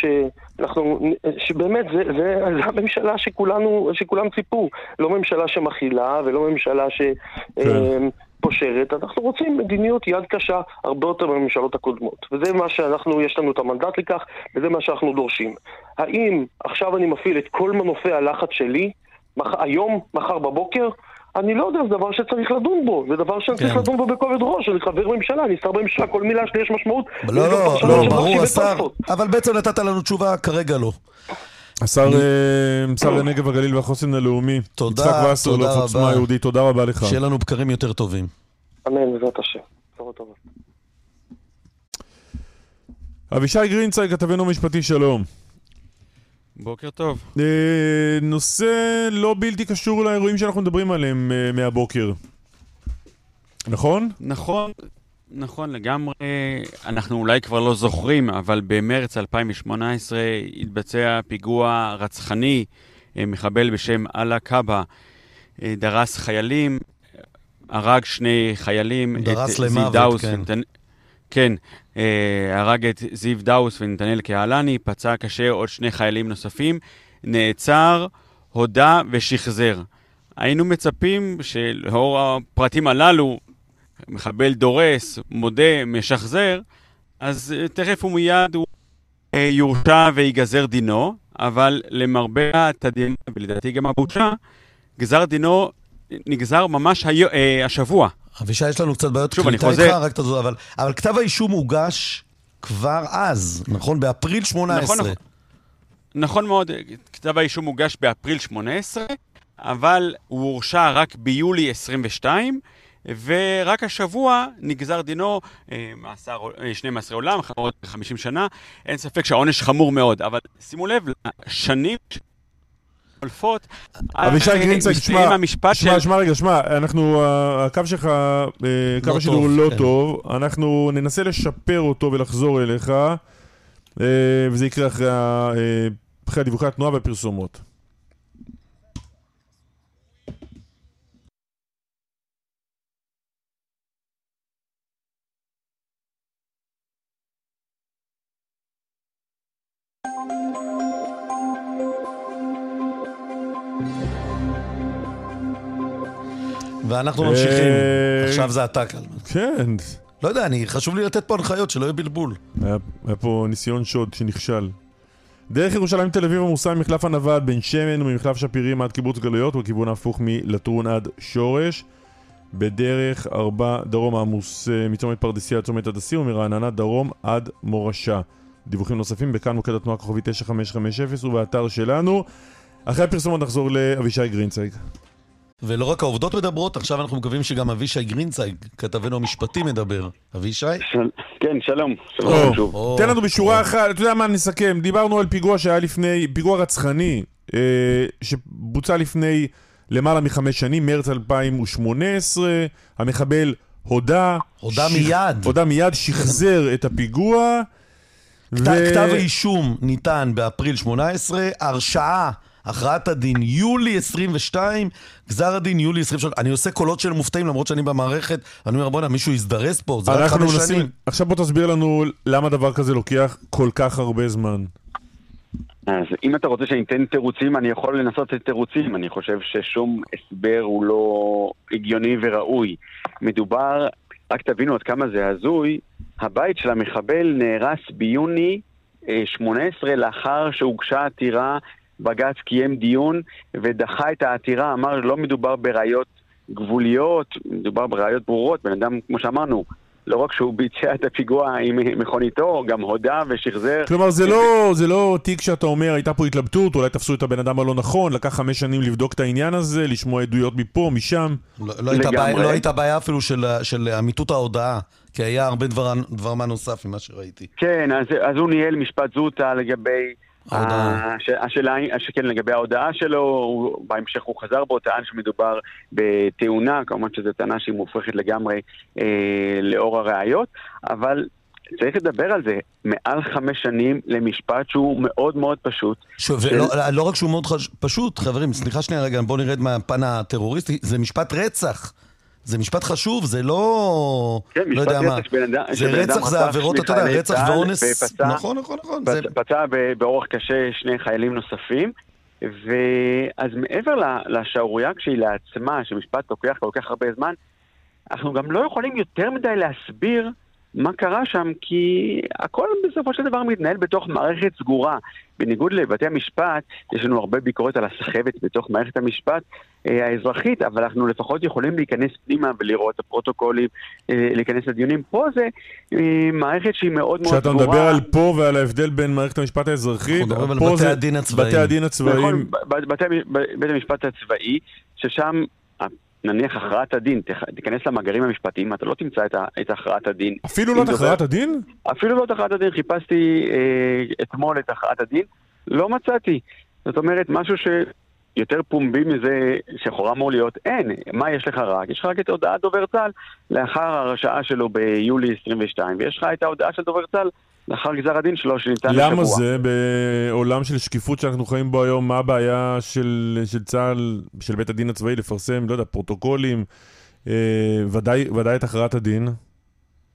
שבאמת זה הממשלה שכולם ציפו. לא ממשלה שמכילה ולא ממשלה פושרת, אנחנו רוצים מדיניות יד קשה הרבה יותר בממשלות הקודמות. וזה מה יש לנו את המנדט לכך, וזה מה שאנחנו דורשים. האם עכשיו אני מפעיל את כל מנופי הלחץ שלי, היום, מחר בבוקר? אני לא יודע, זה דבר שצריך לדון בו. זה דבר שצריך לדון בו בכובד ראש. אני חבר ממשלה, אני שר בממשלה, כל מילה שלי יש משמעות. לא, ברור, השר. אבל בעצם נתת לנו תשובה, כרגע לא. השר לנגב הגליל והחוסן הלאומי, יצחק וסרלאוף, עוצמה יהודית, תודה רבה לך. שיהיה לנו בקרים יותר טובים. אמן, בעזרת השם. בשורות טובות. אבישי גרינצייג, כתבנו משפטי, שלום. בוקר טוב. נושא לא בלתי קשור לאירועים שאנחנו מדברים עליהם מהבוקר. נכון? נכון לגמרי. אנחנו אולי כבר לא זוכרים, אבל במרץ 2018 התבצע פיגוע רצחני, מחבל בשם אללה קאבה, דרס חיילים, הרג 2 חיילים, דרס למוות, כן. כן, הרג את זיו דאוס ונתנאל קהלני, פצע קשה עוד 2 חיילים נוספים, נעצר, הודה ושחזר. היינו מצפים שלאור הפרטים הללו, מחבל דורס, מודה, משחזר, אז תכף ומיד הוא יורשע ויגזר דינו, אבל למרבה התדהמה, ולדעתי גם הבושה, גזר דינו נגזר ממש השבוע. אבישי, יש לנו קצת בעיות קליטה איתך, רק תזור, אבל כתב האישום הוגש כבר אז, נכון? באפריל 18. נכון מאוד, כתב האישום הוגש באפריל 18, אבל הוא הורשע רק ביולי 22, ורק השבוע נגזר דינו 12 עולם, 50 שנה. אין ספק שהעונש חמור מאוד, אבל שימו לב, שנים חולפות. אבישי גרינצייג, שמע, אנחנו, הקו שלך, קו השידור לא טוב, אנחנו ננסה לשפר אותו ולחזור אליך, וזה יקרה אחרי דיווחי התנועה והפרסומות. ואנחנו ממשיכים. עכשיו זה אתה, קלמן. כן. לא יודע, חשוב לי לתת פה הנחיות, שלא יהיה בלבול. היה פה ניסיון שוד שנכשל. דרך ירושלים תל אביב עמוסה ממחלף הנווד בן שמן וממחלף שפירים עד קיבוץ גלויות, ובכיוון ההפוך מלטרון עד שורש. בדרך 4 דרום עמוס מצומת פרדסיה עד צומת הדסים, ומרעננה דרום עד מורשה. דיווחים נוספים בכאן מוקד התנועה כוכבי 9550 ובאתר שלנו. אחרי הפרסומות נחזור לאבישי גרינצייג. ולא רק העובדות מדברות, עכשיו אנחנו מקווים שגם אבישי גרינצייג, כתבנו המשפטי, מדבר. אבישי? כן, שלום. תן לנו בשורה אחת, אתה יודע מה נסכם, דיברנו על פיגוע שהיה לפני, פיגוע רצחני, שבוצע לפני למעלה מ5 שנים, מרץ 2018, המחבל הודה מיד, שחזר את הפיגוע. כתב האישום ניתן באפריל 18, הרשעה, הכרעת הדין יולי 22, גזר הדין יולי 23. אני עושה קולות של מופתעים למרות שאני במערכת, אני אומר בוא'נה, מישהו יזדרס פה, זה רק 5 שנים. עכשיו בוא תסביר לנו למה דבר כזה לוקח כל כך הרבה זמן. אז אם אתה רוצה שאני אתן תירוצים, אני יכול לנסות את תירוצים. אני חושב ששום הסבר הוא לא הגיוני וראוי. מדובר, רק תבינו עד כמה זה הזוי, הבית של המחבל נהרס ביוני 18 לאחר שהוגשה עתירה, בג"ץ קיים דיון ודחה את העתירה, אמר לא מדובר בראיות גבוליות, מדובר בראיות ברורות. בן אדם, כמו שאמרנו, לא רק שהוא ביצע את הפיגוע עם מכוניתו, גם הודה ושחזר. כלומר, זה לא תיק שאתה אומר, הייתה פה התלבטות, אולי תפסו את הבן אדם הלא נכון, לקח 5 שנים לבדוק את העניין הזה, לשמוע עדויות מפה, משם. לא הייתה בעיה אפילו של אמיתות ההודעה, כי היה הרבה דבר מה נוסף ממה שראיתי. כן, אז הוא ניהל משפט זוטה לגבי השאלה, שכן, לגבי ההודעה שלו, בהמשך הוא חזר בו, טען שמדובר בתאונה, כמובן שזו טענה שהיא מופרכת לגמרי לאור הראיות, אבל צריך לדבר על זה, מעל 5 שנים למשפט שהוא מאוד מאוד פשוט. לא רק שהוא מאוד פשוט, חברים, סליחה שנייה רגע, בואו נרד מהפן הטרוריסטי, זה משפט רצח. זה משפט חשוב, זה לא... כן, משפט רצח שבן אדם... זה רצח, זה עבירות, אתה יודע, רצח ואונס... נכון. פצע באורח קשה 2 חיילים נוספים, ואז מעבר לשערוריה כשהיא לעצמה, שמשפט לוקח כל כך הרבה זמן, אנחנו גם לא יכולים יותר מדי להסביר מה קרה שם, כי הכל בסופו של דבר מתנהל בתוך מערכת סגורה. בניגוד לבתי המשפט, יש לנו הרבה ביקורת על הסחבת בתוך מערכת המשפט האזרחית, אבל אנחנו לפחות יכולים להיכנס פנימה ולראות את הפרוטוקולים, להיכנס לדיונים. פה זה מערכת שהיא מאוד מאוד סגורה. כשאתה מדבר על פה ועל ההבדל בין מערכת המשפט האזרחי, פה זה בתי הדין הצבאיים. נכון, בית המשפט הצבאי, ששם... נניח הכרעת הדין, תיכנס למאגרים המשפטיים, אתה לא תמצא את הכרעת הדין. אפילו לא את הכרעת הדין? אפילו לא את הכרעת הדין, חיפשתי אתמול את הכרעת הדין, לא מצאתי. זאת אומרת, משהו שיותר פומבי מזה שחורה אמור להיות, אין. מה יש לך רק? יש לך רק את הודעת דובר צה"ל לאחר הרשעה שלו ביולי 22, ויש לך את ההודעה של דובר צה"ל לאחר גזר הדין שלו שניתן לשבוע. למה זה בעולם של שקיפות שאנחנו חיים בו היום, מה הבעיה של צה"ל, של בית הדין הצבאי לפרסם, לא יודע, פרוטוקולים, ודאי את הכרעת הדין?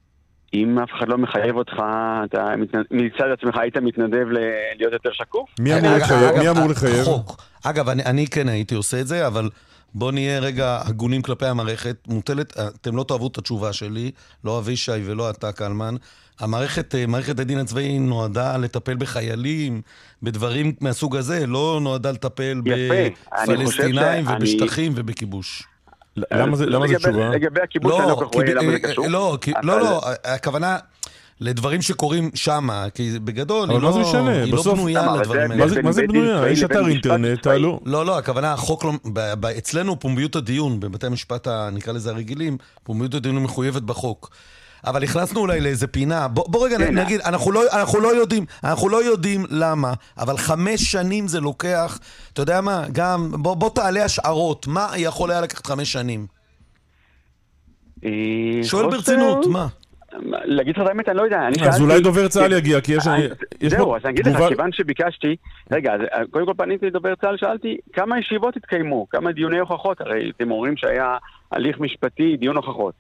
אם אף אחד לא מחייב אותך, אתה מצד עצמך היית מתנדב להיות יותר שקוף? מי אמור לחייב? חוק. אגב, אני כן הייתי עושה את זה, אבל בוא נהיה רגע הגונים כלפי המערכת. מוטלת, אתם לא תאהבו את התשובה שלי, לא אבישי ולא אתה קלמן. מערכת הדין הצבאי נועדה לטפל בחיילים, בדברים מהסוג הזה, לא נועדה לטפל בפלסטינאים ובשטחים ובכיבוש. למה זה תשובה? לגבי הכיבוש אני לא כך רואה למה זה קשור. לא, הכוונה לדברים שקורים שמה, כי בגדול היא לא בנויה לדברים האלה. מה זה בנויה? יש אתר אינטרנט, תעלו. לא, הכוונה, החוק לא, אצלנו פומביות הדיון, בבתי המשפט נקרא לזה הרגילים, פומביות הדיון היא מחויבת בחוק. אבל הכנסנו אולי לאיזה פינה, בוא רגע נגיד, אנחנו לא יודעים למה, אבל 5 שנים זה לוקח, אתה יודע מה, גם, בוא תעלה השערות, מה יכול היה לקחת 5 שנים? שואל ברצינות, מה? להגיד לך את האמת, אני לא יודע. אז אולי דובר צה"ל יגיע, כי יש... זהו, אז אני אגיד לך, כיוון שביקשתי, רגע, קודם כל פניתי לדובר צה"ל, שאלתי, כמה ישיבות התקיימו? כמה דיוני הוכחות? הרי אתם אומרים שהיה הליך משפטי, דיון הוכחות.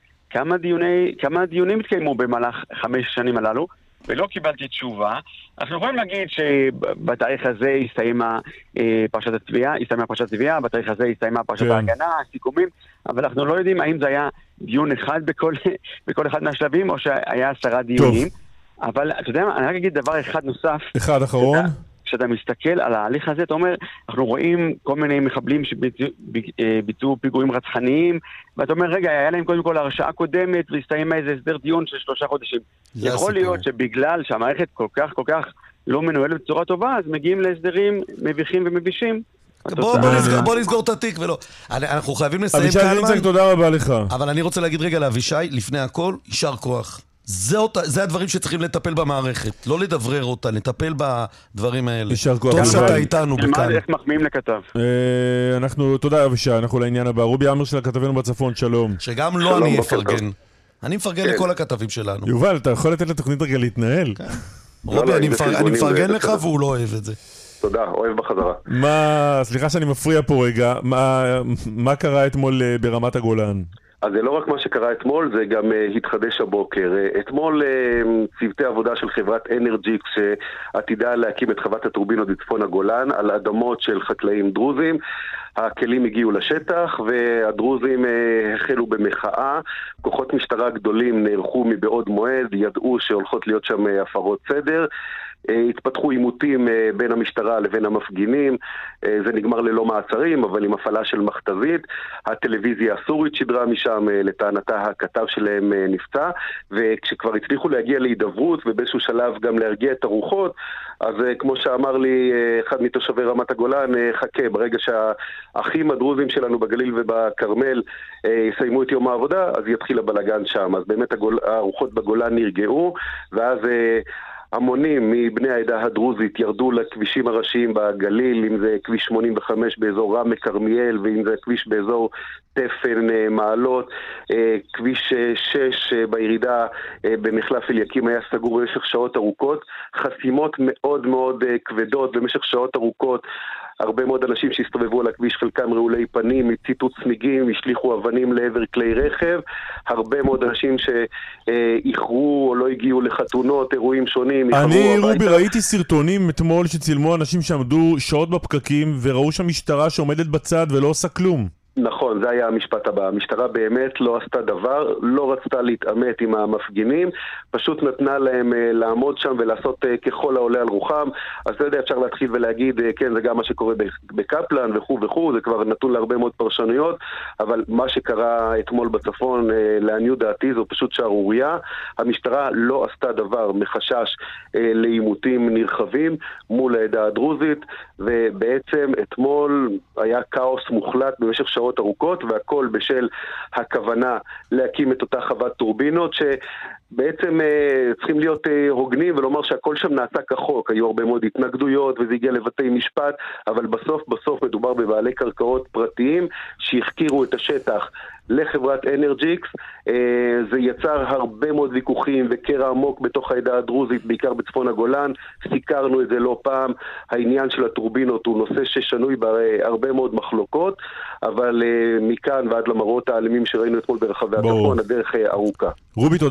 כמה דיונים התקיימו במהלך 5 שנים הללו, ולא קיבלתי תשובה. אנחנו יכולים להגיד שבתאריך הזה הסתיימה פרשת התביעה, בתאריך הזה הסתיימה פרשת ההגנה, הסיכומים, אבל אנחנו לא יודעים האם זה היה דיון אחד בכל אחד מהשלבים, או שהיה 10 דיונים. אבל אתה יודע מה, אני רק אגיד דבר אחד נוסף. אחד אחרון. כשאתה מסתכל על ההליך הזה, אתה אומר, אנחנו רואים כל מיני מחבלים שביצעו פיגועים רצחניים, ואתה אומר, רגע, היה להם קודם כל הרשעה קודמת, והסתיים איזה הסדר דיון של 3 חודשים. יכול להיות שבגלל שהמערכת כל כך לא מנוהלת בצורה טובה, אז מגיעים להסדרים מביכים ומבישים. בוא נסגור את התיק ולא. אנחנו חייבים לסיים אבישי גרינצייג, תודה רבה לך. אבל אני רוצה להגיד רגע לאבישי, לפני הכל, יישר כוח. זה הדברים שצריכים לטפל במערכת, לא לדברר אותה, לטפל בדברים האלה. יישר כוח. טוב שאתה איתנו בכאן. איך מחמיאים לכתב. תודה אבישי, אנחנו לעניין הבא. רובי עמר של הכתבנו בצפון, שלום. שגם לא אני אפרגן. אני מפרגן לכל הכתבים שלנו. יובל, אתה יכול לתת לתוכנית רגע להתנהל? רובי, אני מפרגן לך והוא לא אוהב את זה. תודה, אוהב בחזרה. סליחה שאני מפריע פה רגע, מה קרה אתמול ברמת הגולן? אז זה לא רק מה שקרה אתמול, זה גם התחדש הבוקר. אתמול צוותי עבודה של חברת אנרג'יקס שעתידה להקים את חוות הטורבינות בצפון הגולן על אדמות של חקלאים דרוזים. הכלים הגיעו לשטח והדרוזים החלו במחאה. כוחות משטרה גדולים נערכו מבעוד מועד, ידעו שהולכות להיות שם הפרות סדר. התפתחו עימותים בין המשטרה לבין המפגינים, זה נגמר ללא מעצרים, אבל עם הפעלה של מכתזית. הטלוויזיה הסורית שידרה משם, לטענתה הכתב שלהם נפצע, וכשכבר הצליחו להגיע להידברות ובאיזשהו שלב גם להרגיע את הרוחות, אז כמו שאמר לי אחד מתושבי רמת הגולן, חכה, ברגע שהאחים הדרוזים שלנו בגליל ובקרמל יסיימו את יום העבודה, אז יתחיל הבלגן שם. אז באמת הרוחות בגולן נרגעו, ואז המונים מבני העדה הדרוזית ירדו לכבישים הראשיים בגליל, אם זה כביש 85 באזור רמלה כרמיאל, ואם זה כביש באזור תפן מעלות. כביש 6 בירידה במחלף אליקים היה סגור במשך שעות ארוכות, חסימות מאוד מאוד כבדות במשך שעות ארוכות. הרבה מאוד אנשים שהסתובבו על הכביש, חלקם רעולי פנים, הציתו צמיגים, השליחו אבנים לעבר כלי רכב. הרבה מאוד אנשים שאיחרו או לא הגיעו לחתונות, אירועים שונים. אני, רובי, ראיתי סרטונים אתמול שצילמו אנשים שעמדו שעות בפקקים וראו שהמשטרה שעומדת בצד ולא עושה כלום. נכון, זה היה המשפט הבא. המשטרה באמת לא עשתה דבר, לא רצתה להתעמת עם המפגינים, פשוט נתנה להם לעמוד שם ולעשות ככל העולה על רוחם. אז אתה יודע, אפשר להתחיל ולהגיד, כן, זה גם מה שקורה בקפלן וכו' וכו', זה כבר נתון להרבה מאוד פרשנויות, אבל מה שקרה אתמול בצפון, לעניות דעתי, זו פשוט שערוריה. המשטרה לא עשתה דבר מחשש לעימותים נרחבים מול העדה הדרוזית, ובעצם אתמול היה כאוס מוחלט במשך שעות ארוכות, והכל בשל הכוונה להקים את אותה חוות טורבינות, שבעצם צריכים להיות הוגנים ולומר שהכל שם נעשה כחוק. היו הרבה מאוד התנגדויות וזה הגיע לבתי משפט, אבל בסוף מדובר בבעלי קרקעות פרטיים שהחכירו את השטח לחברת אנרג'יקס. זה יצר הרבה מאוד ויכוחים וקרע עמוק בתוך העדה הדרוזית, בעיקר בצפון הגולן. סיקרנו את זה לא פעם. העניין של הטורבינות הוא נושא ששנוי בהרבה מאוד מחלוקות, אבל מכאן ועד למראות האלימים שראינו אתמול ברחבי הצפון, הדרך ארוכה. רובי, תודה רבה לך.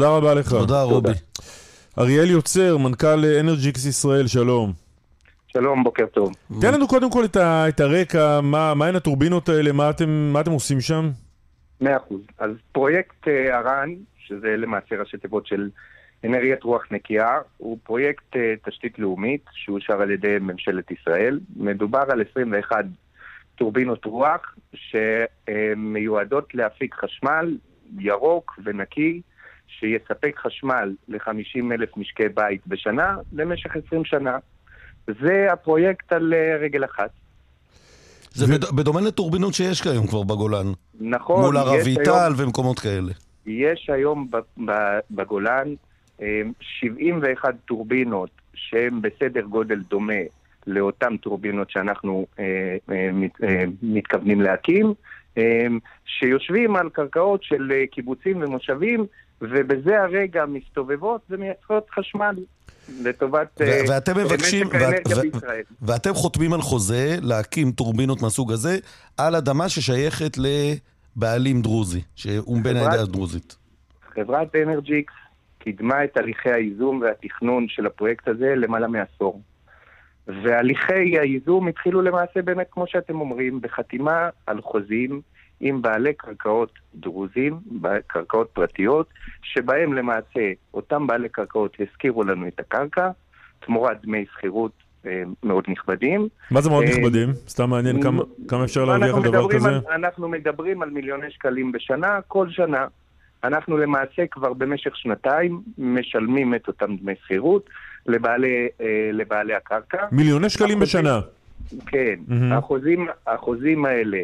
לך. תודה, רובי. אריאל יוצר, מנכ"ל אנרג'יקס ישראל, שלום. שלום, בוקר טוב. תן לנו קודם כל את הרקע, מה הן הטורבינות האלה, מה אתם עושים שם? 100%. אז פרויקט ארן, שזה למעשה ראשי תיבות של אנרגיית רוח נקייה, הוא פרויקט תשתית לאומית שאושר על ידי ממשלת ישראל. מדובר על 21 טורבינות רוח שמיועדות להפיק חשמל ירוק ונקי, שיספק חשמל ל-50,000 משקי בית בשנה למשך 20 שנה. זה הפרויקט על רגל אחת. זה בדומה לטורבינות שיש כיום כבר בגולן. נכון. מול הרביטל ומקומות כאלה. יש היום בגולן 71 טורבינות שהן בסדר גודל דומה לאותן טורבינות שאנחנו מתכוונים להקים, שיושבים על קרקעות של קיבוצים ומושבים, ובזה הרגע מסתובבות ומייצרות חשמל לטובת משק האנרגיה בישראל. ואתם חותמים על חוזה להקים טורבינות מהסוג הזה על אדמה ששייכת לבעלים דרוזי, שהוא בן העדה הדרוזית. חברת אנרג'יקס קידמה את הליכי הייזום והתכנון של הפרויקט הזה למעלה מעשור. והליכי הייזום התחילו למעשה באמת, כמו שאתם אומרים, בחתימה על חוזים עם בעלי קרקעות דרוזים, קרקעות פרטיות, שבהם למעשה אותם בעלי קרקעות הזכירו לנו את הקרקע, תמורת דמי שכירות מאוד נכבדים. מה זה מאוד נכבדים? סתם מעניין כמה אפשר להרוויח על דבר כזה? אנחנו מדברים על מיליוני שקלים בשנה, כל שנה. אנחנו למעשה כבר במשך שנתיים משלמים את אותם דמי שכירות לבעלי הקרקע. מיליוני שקלים בשנה? כן. החוזים האלה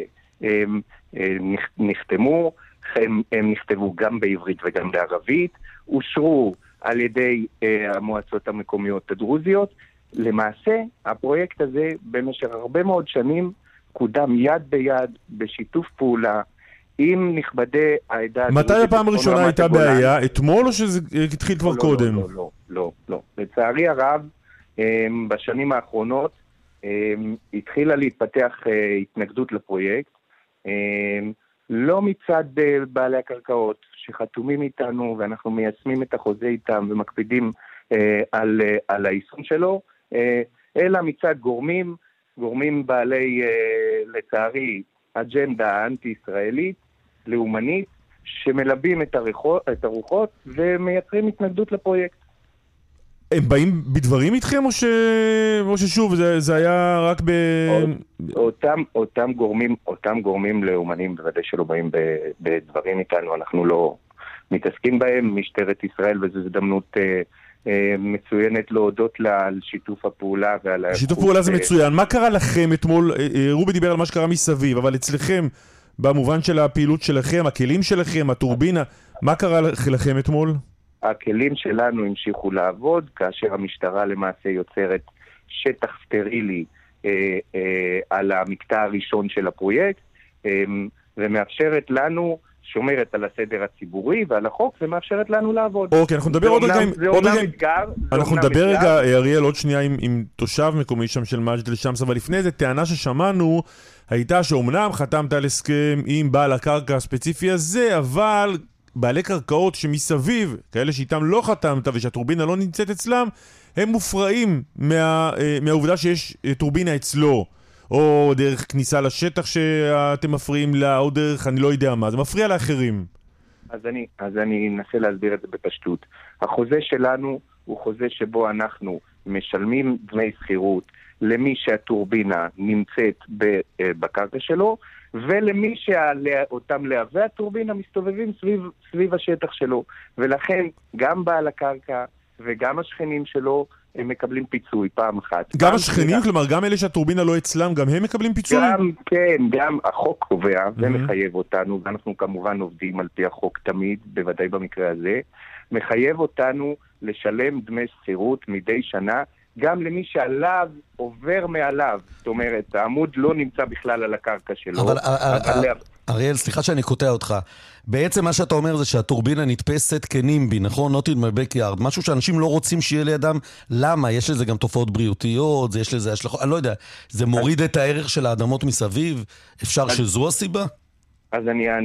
נחתמו, הם נכתבו גם בעברית וגם בערבית, אושרו על ידי המועצות המקומיות הדרוזיות. למעשה, הפרויקט הזה במשך הרבה מאוד שנים קודם יד ביד בשיתוף פעולה עם נכבדי העדה הדרוזית. מתי הפעם הראשונה הייתה בעיה? אתמול או שזה התחיל כבר קודם? לא. לצערי הרב, בשנים האחרונות התחילה להתפתח התנגדות לפרויקט, לא מצד בעלי הקרקעות שחתומים איתנו ואנחנו מיישמים את החוזה איתם ומקפידים על היישום שלו, אלא מצד גורמים בעלי, לצערי, אג'נדה אנטי-ישראלית, לאומנית, שמלבים את הרוחות ומייצרים התנגדות לפרויקט. הם באים בדברים איתכם או ששוב זה היה רק אותם גורמים לאומנים בוודאי שלא באים בדברים איתנו, אנחנו לא מתעסקים בהם. משטרת ישראל, וזו הזדמנות מצוינת להודות לה על שיתוף הפעולה ועל שיתוף פעולה זה מצוין. מה קרה לכם אתמול? רובי דיבר על מה שקרה מסביב, אבל אצלכם במובן של הפעילות שלכם, הכלים שלכם, הטורבינה, מה קרה לכם אתמול? הכלים שלנו המשיכו לעבוד, כאשר המשטרה למעשה יוצרת שטח סטרילי על המקטע הראשון של הפרויקט, ומאפשרת לנו, שומרת על הסדר הציבורי ועל החוק, ומאפשרת לנו לעבוד. אוקיי, אנחנו נדבר עוד רגע, אנחנו נדבר רגע, אריאל, עוד שנייה עם תושב מקומי שם של מג'דל שמס, אבל לפני זה טענה ששמענו, הייתה שאומנם חתמת על הסכם עם בעל הקרקע הספציפי הזה, אבל בעלי קרקעות שמסביב, כאלה שאיתם לא חתמת ושהטורבינה לא נמצאת אצלם, הם מופרעים מהעובדה שיש טורבינה אצלו, או דרך כניסה לשטח שאתם מפריעים לה, או דרך אני לא יודע מה, זה מפריע לאחרים. אז אני אנסה להסביר את זה בפשטות. החוזה שלנו הוא חוזה שבו אנחנו משלמים דמי שכירות למי שהטורבינה נמצאת בקרקע שלו, ולמי שאותם להבי הטורבינה מסתובבים סביב השטח שלו. ולכן גם בעל הקרקע וגם השכנים שלו הם מקבלים פיצוי פעם אחת. גם השכנים? כלומר, גם אלה שהטורבינה לא אצלם, גם הם מקבלים פיצוי? גם החוק קובע ומחייב אותנו, ואנחנו כמובן עובדים על פי החוק תמיד, בוודאי במקרה הזה, מחייב אותנו לשלם דמי שכירות מדי שנה, גם למי שעליו עובר מעליו. זאת אומרת, העמוד לא נמצא בכלל על הקרקע שלו. אבל אריאל, סליחה שאני קוטע אותך. בעצם מה שאתה אומר זה שהטורבינה נתפסת כנימבי, נכון? not in my backyard. משהו שאנשים לא רוצים שיהיה לידם. למה? יש לזה גם תופעות בריאותיות, יש לזה השלכות, אני לא יודע. זה מוריד את הערך של האדמות מסביב? אפשר שזו הסיבה? אז אני אענה.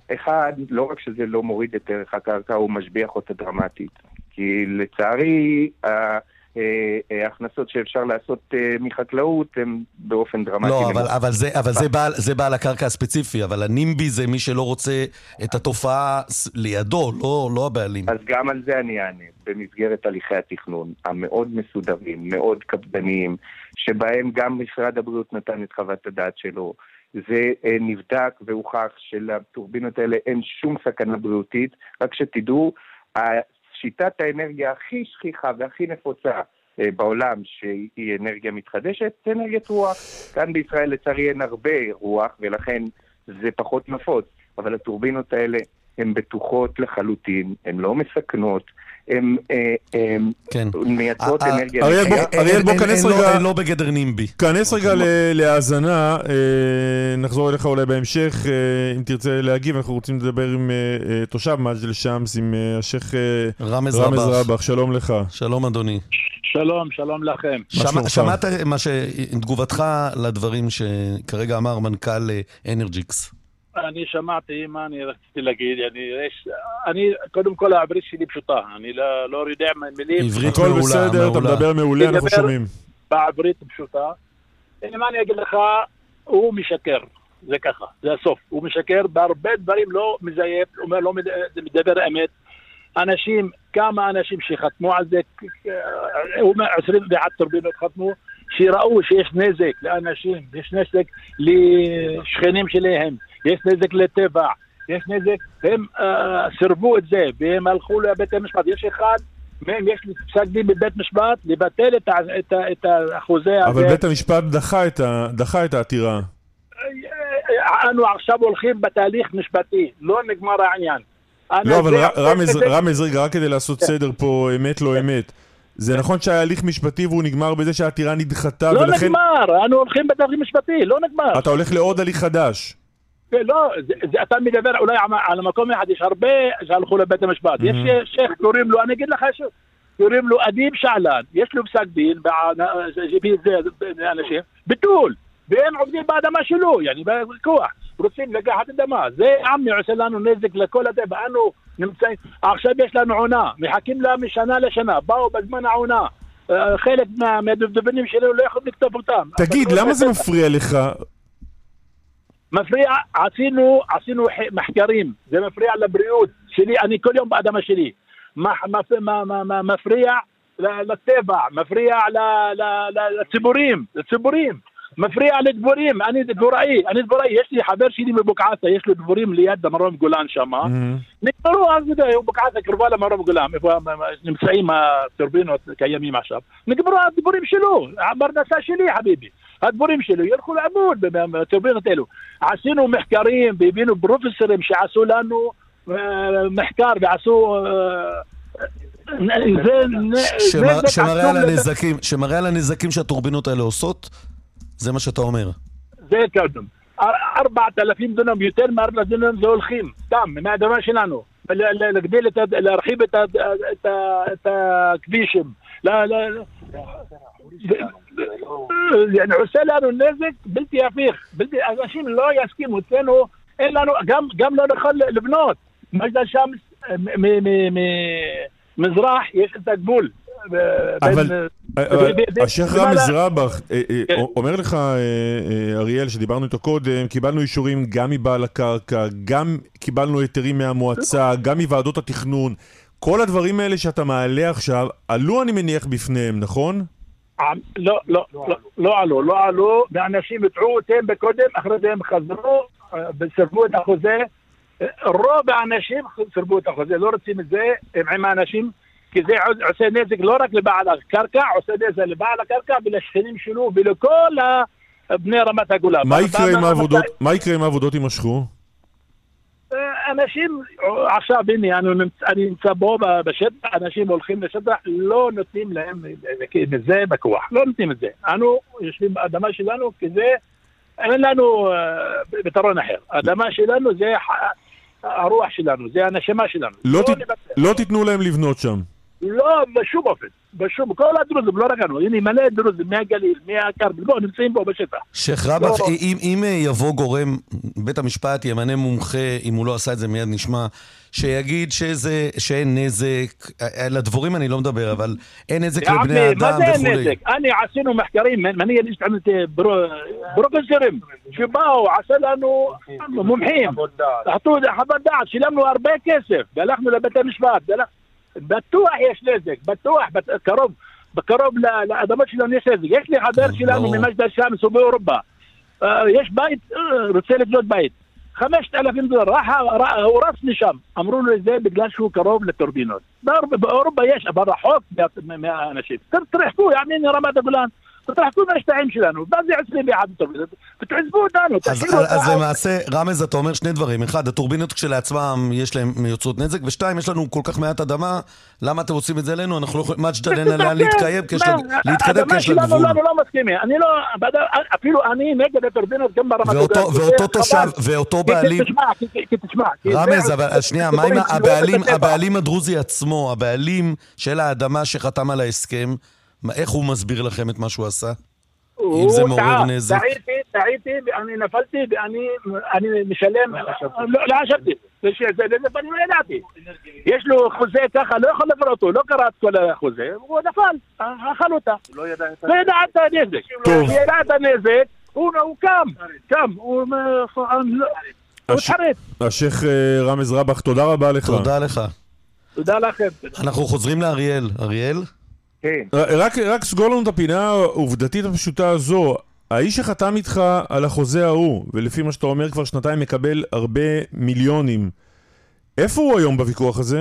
אחד, לא רק שזה לא מוריד את ערך הקרקע, הוא משביח אותה דרמטית. כי לצערי, ההכנסות שאפשר לעשות מחקלאות הם באופן דרמטי. לא, אבל זה בעל הקרקע הספציפי, אבל הנימבי זה מי שלא רוצה את התופעה לידו, לא הבעלים. אז גם על זה אני אענה. במסגרת הליכי התכנון המאוד מסודרים, מאוד קפדניים, שבהם גם משרד הבריאות נתן את חוות הדעת שלו, זה נבדק והוכח שלטורבינות האלה אין שום סכנה בריאותית, רק שתדעו, שיטת האנרגיה הכי שכיחה והכי נפוצה בעולם שהיא אנרגיה מתחדשת, זה אנרגיית רוח. כאן בישראל לצערי אין הרבה רוח ולכן זה פחות נפוץ, אבל הטורבינות האלה הן בטוחות לחלוטין, הן לא מסכנות, הן מייצרות אנרגיה. אריאל, בוא כנס רגע. לא בגדר נימבי. כנס רגע להאזנה, נחזור אליך אולי בהמשך, אם תרצה להגיב, אנחנו רוצים לדבר עם תושב מג'דל שמס, עם השייך רמז רבח, שלום לך. שלום אדוני. שלום לכם. שמעת תגובתך לדברים שכרגע אמר מנכ"ל אנרג'יקס? אני שמעתי מה אני רציתי להגיד, אני קודם כל העברית שלי פשוטה, אני לא יודע מילים. עברית מעולה. הכל בסדר, אתה מדבר מעולה, אנחנו שומעים. בעברית פשוטה. מה אני אגיד לך, הוא משקר, זה ככה, זה הסוף. הוא משקר בהרבה דברים, לא מזייף, לא מדבר אמת. כמה אנשים שחתמו על זה, 21 טורבינות חתמו, שראו שיש נזק לאנשים, יש נזק לשכנים שלהם. יש נזק לטבע, יש נזק, הם סרבו את זה, והם הלכו לבית המשפט. יש אחד מהם, יש פסק דין בבית משפט, לבטל את החוזה. אבל בית המשפט דחה את העתירה. אנו עכשיו הולכים בתהליך משפטי, לא נגמר העניין. לא, אבל רמז רגע, רק כדי לעשות סדר פה, אמת לא אמת. זה נכון שהיה הליך משפטי והוא נגמר בזה שהעתירה נדחתה, לא נגמר, אנו הולכים בתהליך משפטי, לא נגמר. אתה הולך לעוד הליך חדש. לא, אתה מדבר אולי על המקום אחד, יש הרבה שהלכו לבית המשפט. יש שייך, קוראים לו, אני אגיד לך שוב, קוראים לו אדיב שעלן, יש לו פסק דין, אנשים, ביטול, והם עובדים באדמה שלו, בכוח, רוצים לקחת אדמה. זה עמי עושה לנו נזק לכל הטבע, אנו נמצאים, עכשיו יש לנו עונה, מחכים לה משנה לשנה, באו בזמן העונה, חלק מהדובדבנים שלנו לא יכולים לכתוב אותם. תגיד, למה זה מפריע לך? מפריע, עשינו מחקרים, זה מפריע לבריאות שלי, אני כל יום באדמה שלי, מפריע לטבע, מפריע לציבורים, מפריע לדבורים, אני דבוראי, יש לי חבר שלי מבוקעתה, יש לו דבורים ליד המרום גולן שם, נגמרו אז הוא בוקעתה קרבה למרום גולן, איפה נמצאים הטורבינות קיימים עכשיו, נגמרו הדבורים שלו, המרנסה שלי חביבי, הדבורים שלו ילכו לעבוד בטורבינות אלו. עשינו מחקרים והבינו פרופסורים שעשו לנו מחקר ועשו שמראה על הנזקים שהטורבינות האלה עושות. זה מה שאתה אומר. זה קודם. 4,000 דונם, יותר מ4,000 דונם זה הולכים, סתם, מהאדמה שלנו. להגדיל, להרחיב את הכבישים. עושה לנו נזק בלתי הפיך. אנשים לא יסכימו, אצלנו, אין לנו, גם לא יכול לבנות. מג'דל שמס, מזרח, יש את הגבול. אבל השייך רמז רבח אומר לך, אריאל, שדיברנו איתו קודם, קיבלנו אישורים גם מבעל הקרקע, גם קיבלנו היתרים מהמועצה, גם מוועדות התכנון. כל הדברים האלה שאתה מעלה עכשיו, עלו אני מניח בפניהם, נכון? לא עלו, ואנשים יטעו אותם בקודם, אחרי זה הם חזרו וסרבו את החוזה. רוב האנשים סרבו את החוזה, לא רוצים את זה עם האנשים, כי זה עושה נזק לא רק לבעל הקרקע, עושה נזק לבעל הקרקע ולשכנים שלו ולכל בני רמת הגולן. מה יקרה אם העבודות יימשכו? אנשים, עכשיו הנה, אני נמצא בו בשטח, אנשים הולכים לשטח, לא נותנים להם זה בכוח, לא נותנים את זה. אנו יושבים באדמה שלנו, כי זה, אין לנו פתרון אחר. האדמה שלנו זה הרוח שלנו, זה הנשמה שלנו. לא תיתנו להם לבנות שם. לא בשום אופן. בשום, כל הדרוזים, לא רק אנו, הנה מלא דרוזים מהגליל, מהכרמל, בואו נמצאים פה בשטח. שייח רבח, אם יבוא גורם, בית המשפט ימנה מומחה, אם הוא לא עשה את זה מיד נשמע, שיגיד שאין נזק, על הדבורים אני לא מדבר, אבל אין נזק לבני אדם וכו'. מה זה נזק? אני עשינו מחקרים, אני יש פרופסורים שבאו, עשה לנו מומחים, חוות דעת, שילמנו הרבה כסף, והלכנו לבית המשפט, בטוח יש נזק, בטוח, בקרוב לאדמות שלנו יש נזק. יש לי חבר שלנו ממג'דל שמס ובאירופה, יש בית, רוצה לקנות בית, $5,000, הורס לי שם, אמרו לו זה בגלל שהוא קרוב לטורבינות. באירופה יש, אבל רחוק מהאנשים. תרחקו, יעני רמת הגולן, תרחקו מהשטחים שלנו, ואז זה 21 טורבינות, ותעזבו אותנו. אז למעשה, רמז, אתה אומר שני דברים. אחד, הטורבינות כשלעצמם יש להם יוצרות נזק, ושתיים, יש לנו כל כך מעט אדמה, למה אתם עושים את זה אלינו? אנחנו לא יכולים, מג'דל אין עליה להתקיים, להתקדם כשלה גבול. אני לא מסכים, אפילו אני נגד הטורבינות גם ברמת הגולן. ואותו תושב, ואותו בעלים... תשמע. רמז, אבל שנייה, מה עם הבעלים הדרוזי עצמו, הבעלים של האדמה שחתם על ההסכם, איך הוא מסביר לכם את מה שהוא עשה? אם זה מעורר נזק? טעיתי, אני נפלתי, ואני משלם, לא חשבתי, אני לא ידעתי. יש לו חוזה ככה, לא יכול לפר אותו, לא קרא את כל החוזה, הוא נפל, אכל אותה. לא ידע את הנזק. ידע את הנזק, הוא קם, הוא התחרט. השייח רמז רבח, תודה רבה לך. תודה לך. תודה לכם. אנחנו חוזרים לאריאל. אריאל? רק סגור לנו את הפינה העובדתית הפשוטה הזו. האיש שחתם איתך על החוזה ההוא, ולפי מה שאתה אומר כבר שנתיים מקבל הרבה מיליונים, איפה הוא היום בוויכוח הזה?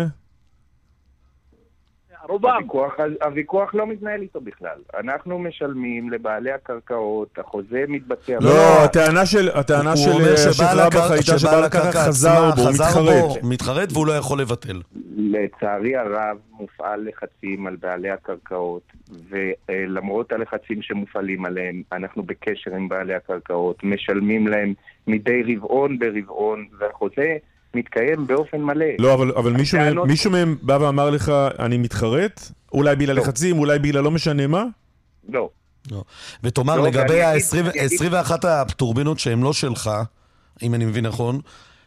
הוויכוח לא מתנהל איתו בכלל. אנחנו משלמים לבעלי הקרקעות, החוזה מתבצע... לא, הטענה של השייח רבח הייתה שבעל הקרקע חזר בו, מתחרט והוא לא יכול לבטל. לצערי הרב מופעל לחצים על בעלי הקרקעות, ולמרות הלחצים שמופעלים עליהם, אנחנו בקשר עם בעלי הקרקעות, משלמים להם מדי רבעון ברבעון, והחוזה מתקיים באופן מלא. לא, אבל מישהו מהם בא ואמר לך, אני מתחרט? אולי בגלל לחצים, אולי בגלל לא משנה מה? לא. ותאמר, לגבי ה-21 הטורבינות שהם לא שלך, אם אני מבין נכון,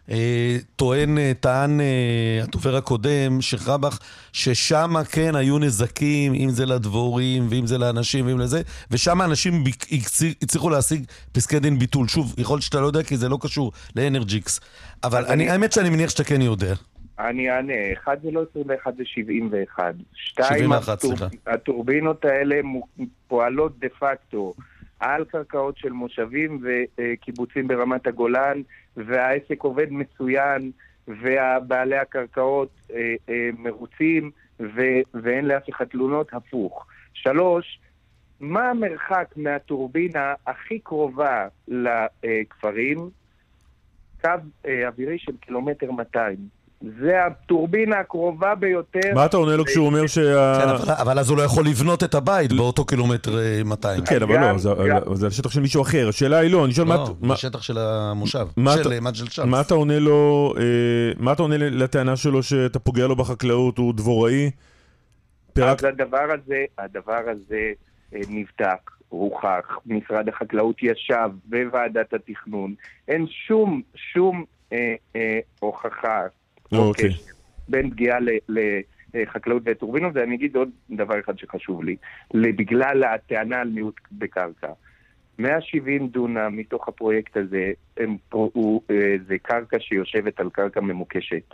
טען הדובר הקודם, שייח רבח, ששם כן היו נזקים, אם זה לדבורים, ואם זה לאנשים, ואם לזה, ושם אנשים הצליחו להשיג פסקי דין ביטול. שוב, יכול להיות שאתה לא יודע, כי זה לא קשור לאנרג'יקס. אבל האמת שאני מניח שאתה כן יודע. אני אענה. אחד זה לא 21, זה 71. 71, סליחה. הטורבינות האלה פועלות דה פקטו על קרקעות של מושבים וקיבוצים ברמת הגולן, והעסק עובד מצוין, והבעלי הקרקעות מרוצים, ואין לאף אחד תלונות, הפוך. 3, מה המרחק מהטורבינה הכי קרובה לכפרים? קו אווירי של 1.2 קילומטר. זה הטורבינה הקרובה ביותר. מה אתה עונה לו כשהוא אומר אבל אז הוא לא יכול לבנות את הבית באותו 1.2 קילומטר. כן, אבל לא, זה השטח של מישהו אחר. השאלה היא לא, אני שואל מה... השטח של המושב, של מג'דל שמס. מה אתה עונה לו, מה אתה עונה לטענה שלו שאתה פוגע לו בחקלאות, הוא דבוראי? אז הדבר הזה נבדק, הוכח, משרד החקלאות ישב בוועדת התכנון, אין שום הוכחה בין פגיעה לחקלאות וטורבינות. ואני אגיד עוד דבר אחד שחשוב לי, בגלל הטענה על מיעוט בקרקע. 170 דונם מתוך הפרויקט הזה זה קרקע שיושבת על קרקע ממוקשת.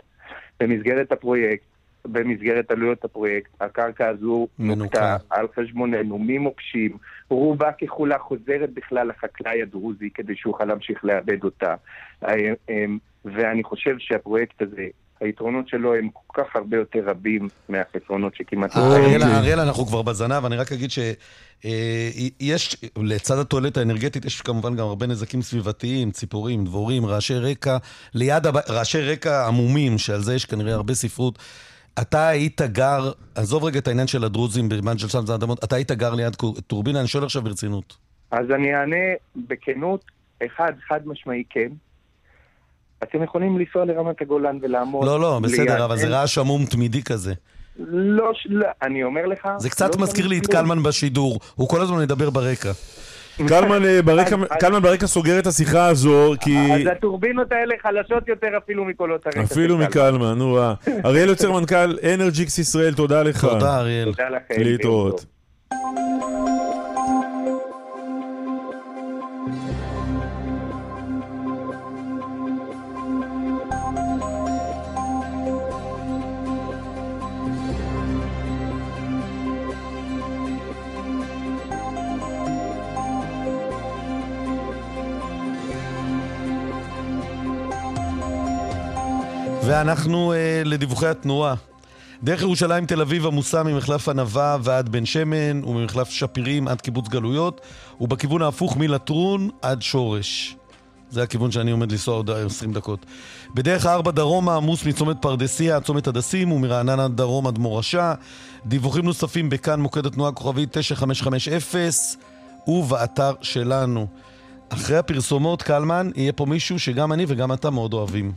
במסגרת עלויות הפרויקט, הקרקע הזו נוקטה על חשבוננו ממוקשים, רובה ככולה חוזרת בכלל לחקלאי הדרוזי כדי שהוא יוכל להמשיך לאבד אותה. ואני חושב שהפרויקט הזה, היתרונות שלו הם כל כך הרבה יותר רבים מהחסרונות שכמעט... אריאל, אנחנו כבר בזנב, אני רק אגיד שיש, לצד התועלת האנרגטית, יש כמובן גם הרבה נזקים סביבתיים, ציפורים, דבורים, רעשי רקע, ליד רעשי רקע עמומים, שעל זה יש כנראה הרבה ספרות. אתה היית גר, עזוב רגע את העניין של הדרוזים במג'דל שמס, אתה היית גר ליד טורבינה, אני שואל עכשיו ברצינות. אז אני אענה בכנות, חד משמעי כן. אתם יכולים לנסוע לרמת הגולן ולעמוד... לא, בסדר, אבל זה רעש עמום תמידי כזה. לא, אני אומר לך... זה קצת מזכיר לי את קלמן בשידור, הוא כל הזמן מדבר ברקע. קלמן ברקע סוגר את השיחה הזו, כי... אז הטורבינות האלה חלשות יותר אפילו מקולות הרקע. אפילו מקלמן, נו. אריאל יוצר, מנכ"ל אנרג'יקס ישראל, תודה לך. תודה אריאל. תודה לכם. להתראות. ואנחנו לדיווחי התנועה. דרך ירושלים תל אביב עמוסה ממחלף ענבה ועד בן שמן וממחלף שפירים עד קיבוץ גלויות, ובכיוון ההפוך מלטרון עד שורש. זה הכיוון שאני עומד לנסוע עוד 20 דקות. בדרך 4 דרומה עמוס מצומת פרדסיה עד צומת הדסים ומרעננה דרום עד מורשה. דיווחים נוספים בכאן מוקד התנועה כוכבית 9550 ובאתר שלנו. אחרי הפרסומות, קלמן, יהיה פה מישהו שגם אני וגם אתה מאוד אוהבים.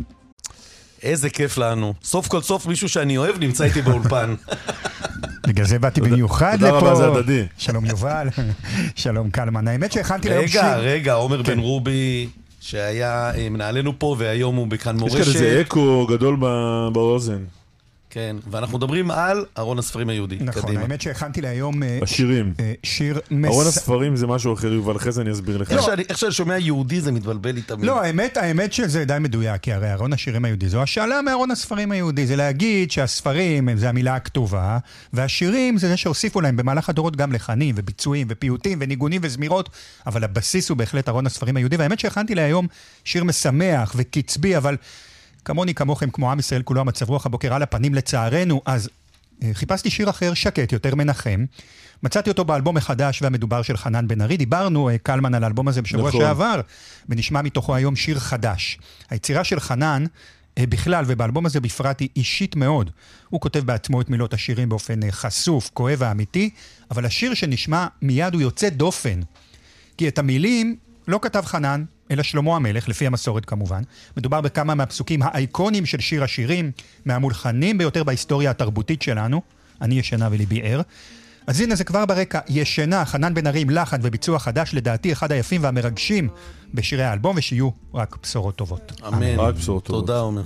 איזה כיף לנו. סוף כל סוף מישהו שאני אוהב נמצא איתי באולפן. בגלל זה באתי במיוחד לפה. תודה רבה, זה הדדי. שלום יובל, שלום קלמן. האמת שהכנתי ליום שיר. רגע, עומר בן רובי, שהיה מנהלנו פה והיום הוא בכאן מורשת. יש כאן איזה אקו גדול באוזן. כן, ואנחנו מדברים על ארון הספרים היהודי. נכון, האמת שהכנתי להיום השירים. שיר ארון הספרים זה משהו אחר, יובל, אחרי זה אני אסביר לך. איך שאני שומע יהודי זה מתבלבל לי תמיד. לא, האמת שזה די מדויק, כי הרי ארון השירים היהודי זו השאלה מארון הספרים היהודי, זה להגיד שהספרים זה המילה הכתובה, והשירים זה שהוסיפו להם במהלך הדורות גם לחנים וביצועים ופיוטים וניגונים וזמירות, אבל הבסיס הוא בהחלט ארון הספרים היהודי, והאמת שהכנתי להיום שיר משמח וקצבי, אבל כמוני, כמוכם, כמו עם ישראל כולו, המצב רוח הבוקר על הפנים לצערנו, אז חיפשתי שיר אחר, שקט, יותר מנחם. מצאתי אותו באלבום החדש והמדובר של חנן בן ארי. דיברנו, קלמן, על האלבום הזה בשבוע שעבר, ונשמע מתוכו היום שיר חדש. היצירה של חנן, בכלל, ובאלבום הזה בפרט, היא אישית מאוד. הוא כותב בעצמו את מילות השירים באופן חשוף, כואב ואמיתי, אבל השיר שנשמע מיד הוא יוצא דופן. כי את המילים לא כתב חנן, אלא שלמה המלך, לפי המסורת כמובן. מדובר בכמה מהפסוקים האייקונים של שיר השירים, מהמולחנים ביותר בהיסטוריה התרבותית שלנו. אני ישנה וליבי ער. אז הנה זה כבר ברקע, ישנה, חנן בן ארי עם לחן וביצוע חדש, לדעתי אחד היפים והמרגשים בשירי האלבום, ושיהיו רק בשורות טובות. אמן. רק בשורות טובות. תודה, עומר.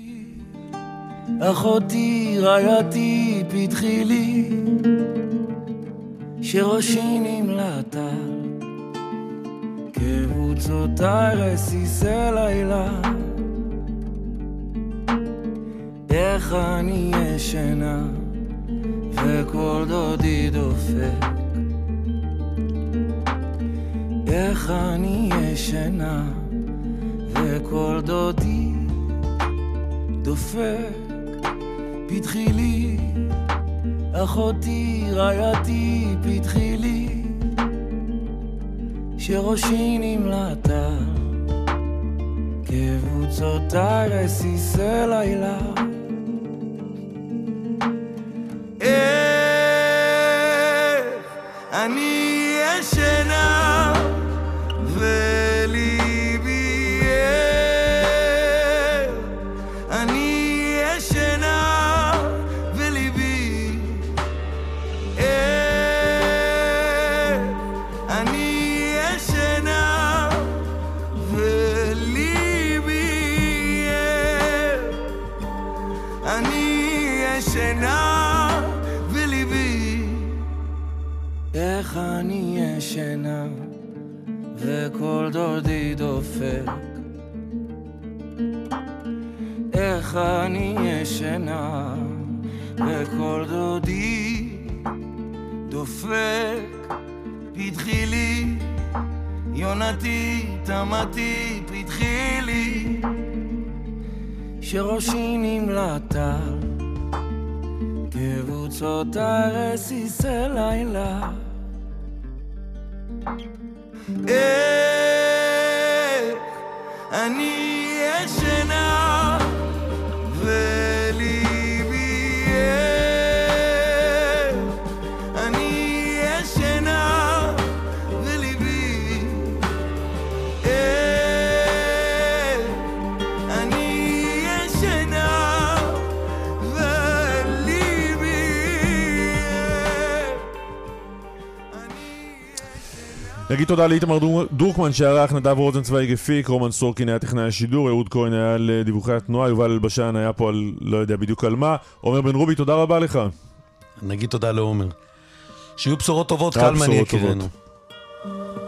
אחותי, רעייתי, פתחי לי, שראשי נמלטה, קבוצותיי רסיסי לילה, איך אני ישנה וכל דודי דופק, איך אני ישנה וכל דודי דופק. פתחי לי, אחותי, רעייתי, פתחי לי, שראשי נמלטה, קבוצותיי רסיסי לילה. איך אני ישנה וליבי איך אני ישנה וליבי איך אני ישנה וליבי איך אני ישנה איך אני ישנה וכל דודי דופק, איך אני ישנה וכל דודי דופק. פתחי לי, יונתי, תמתי, פתחי לי, שראשי נמלטה, קבוצותיי רסיסי לילה. איך אני ישנה וליבי איך אני ישנה וליבי איך אני ישנה וליבי נגיד תודה לאיתמר דורקמן שערך, נדב רוזנצוויג הפיק, רומן סורקין היה טכנאי השידור, אהוד כהן היה על דיווחי התנועה, יובל אלבשן היה פה על לא יודע בדיוק על מה. עומר בן רובי, תודה רבה לך. נגיד תודה לעומר. שיהיו בשורות טובות, קלמן יקירנו.